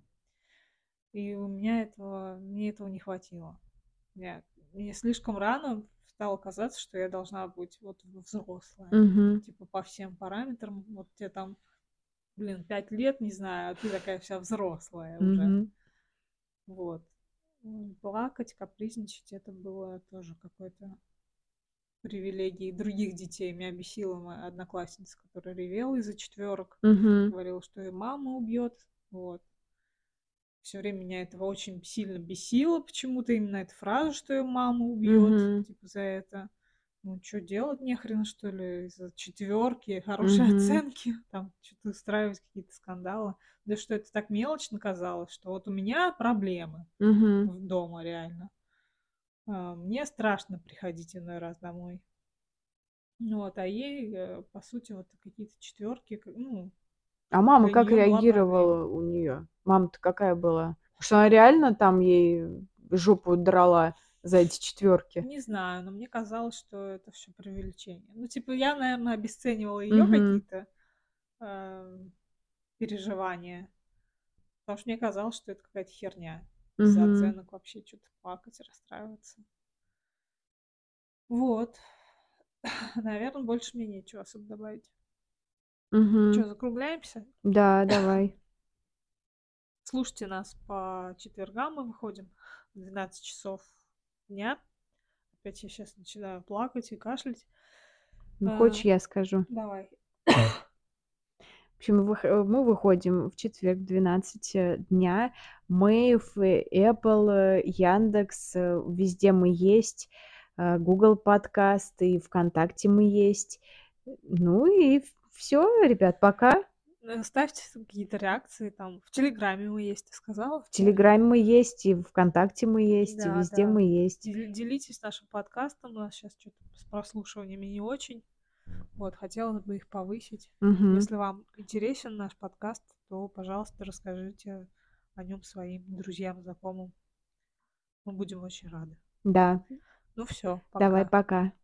[SPEAKER 1] И у меня этого, мне этого не хватило. Я, мне слишком рано стало казаться, что я должна быть вот взрослая.
[SPEAKER 2] Мгм.
[SPEAKER 1] Типа по всем параметрам. Вот тебе там, блин, пять лет, не знаю, а ты такая вся взрослая уже.
[SPEAKER 2] Мгм.
[SPEAKER 1] Вот. М, Плакать, капризничать, это было тоже какой-то привилегией других детей. Меня бесила моя одноклассница, которая ревела из-за четверок.
[SPEAKER 2] Мгм.
[SPEAKER 1] Говорила, что и мама убьет. Вот. Все время меня этого очень сильно бесило почему-то, именно эта фраза, что ее мама убьет,
[SPEAKER 2] Мгм.
[SPEAKER 1] типа за это. Ну, что делать нехрен, что ли, из-за четверки, хорошие
[SPEAKER 2] Мгм.
[SPEAKER 1] оценки, там, что-то устраивать какие-то скандалы. Да что это так мелочно казалось, что вот у меня проблемы
[SPEAKER 2] Мгм.
[SPEAKER 1] в дома реально. А, Мне страшно приходить иной раз домой. Ну вот, а ей, э, по сути, вот какие-то четверки, ну,
[SPEAKER 2] А мама
[SPEAKER 1] для
[SPEAKER 2] как
[SPEAKER 1] нее была проблема.
[SPEAKER 2] реагировала у неё? Мама-то какая была? Что она реально там ей жопу драла за эти четвёрки?
[SPEAKER 1] Не знаю, но мне казалось, что это все преувеличение. Ну, типа, я, наверное, обесценивала ее
[SPEAKER 2] Мгм.
[SPEAKER 1] какие-то эм, переживания, Потому что мне казалось, что это какая-то херня. Из-за
[SPEAKER 2] Мгм.
[SPEAKER 1] оценок вообще что-то плакать, расстраиваться. Вот. Наверное, больше мне нечего особо добавить. Что,
[SPEAKER 2] Мгм.
[SPEAKER 1] закругляемся?
[SPEAKER 2] Да, давай.
[SPEAKER 1] Слушайте нас по четвергам, мы выходим в двенадцать часов дня. Опять я сейчас начинаю плакать и кашлять.
[SPEAKER 2] Ну,
[SPEAKER 1] А,
[SPEAKER 2] хочешь, я скажу?
[SPEAKER 1] Давай.
[SPEAKER 2] В общем, мы вых э, мы выходим в четверг в двенадцать э, дня. Мы в э, Apple, э, Яндекс, э, везде мы есть. Э, Google подкасты, и ВКонтакте мы есть. Э, ну и все, ребят, пока.
[SPEAKER 1] Э, Ставьте какие-то реакции там. В Телеграме мы есть, ты сказала?
[SPEAKER 2] В
[SPEAKER 1] В Теле-
[SPEAKER 2] Телеграме мы есть, и ВКонтакте мы есть, и
[SPEAKER 1] Да,
[SPEAKER 2] везде
[SPEAKER 1] да.
[SPEAKER 2] мы есть.
[SPEAKER 1] Дел- Делитесь нашим подкастом. У нас сейчас что-то с прослушиваниями не очень. Вот, хотелось бы их повысить.
[SPEAKER 2] Мгм.
[SPEAKER 1] Если вам интересен наш подкаст, то, пожалуйста, расскажите о нем своим друзьям, знакомым. Мы будем очень рады.
[SPEAKER 2] Да,
[SPEAKER 1] Ну все,
[SPEAKER 2] давай,
[SPEAKER 1] пока.
[SPEAKER 2] пока.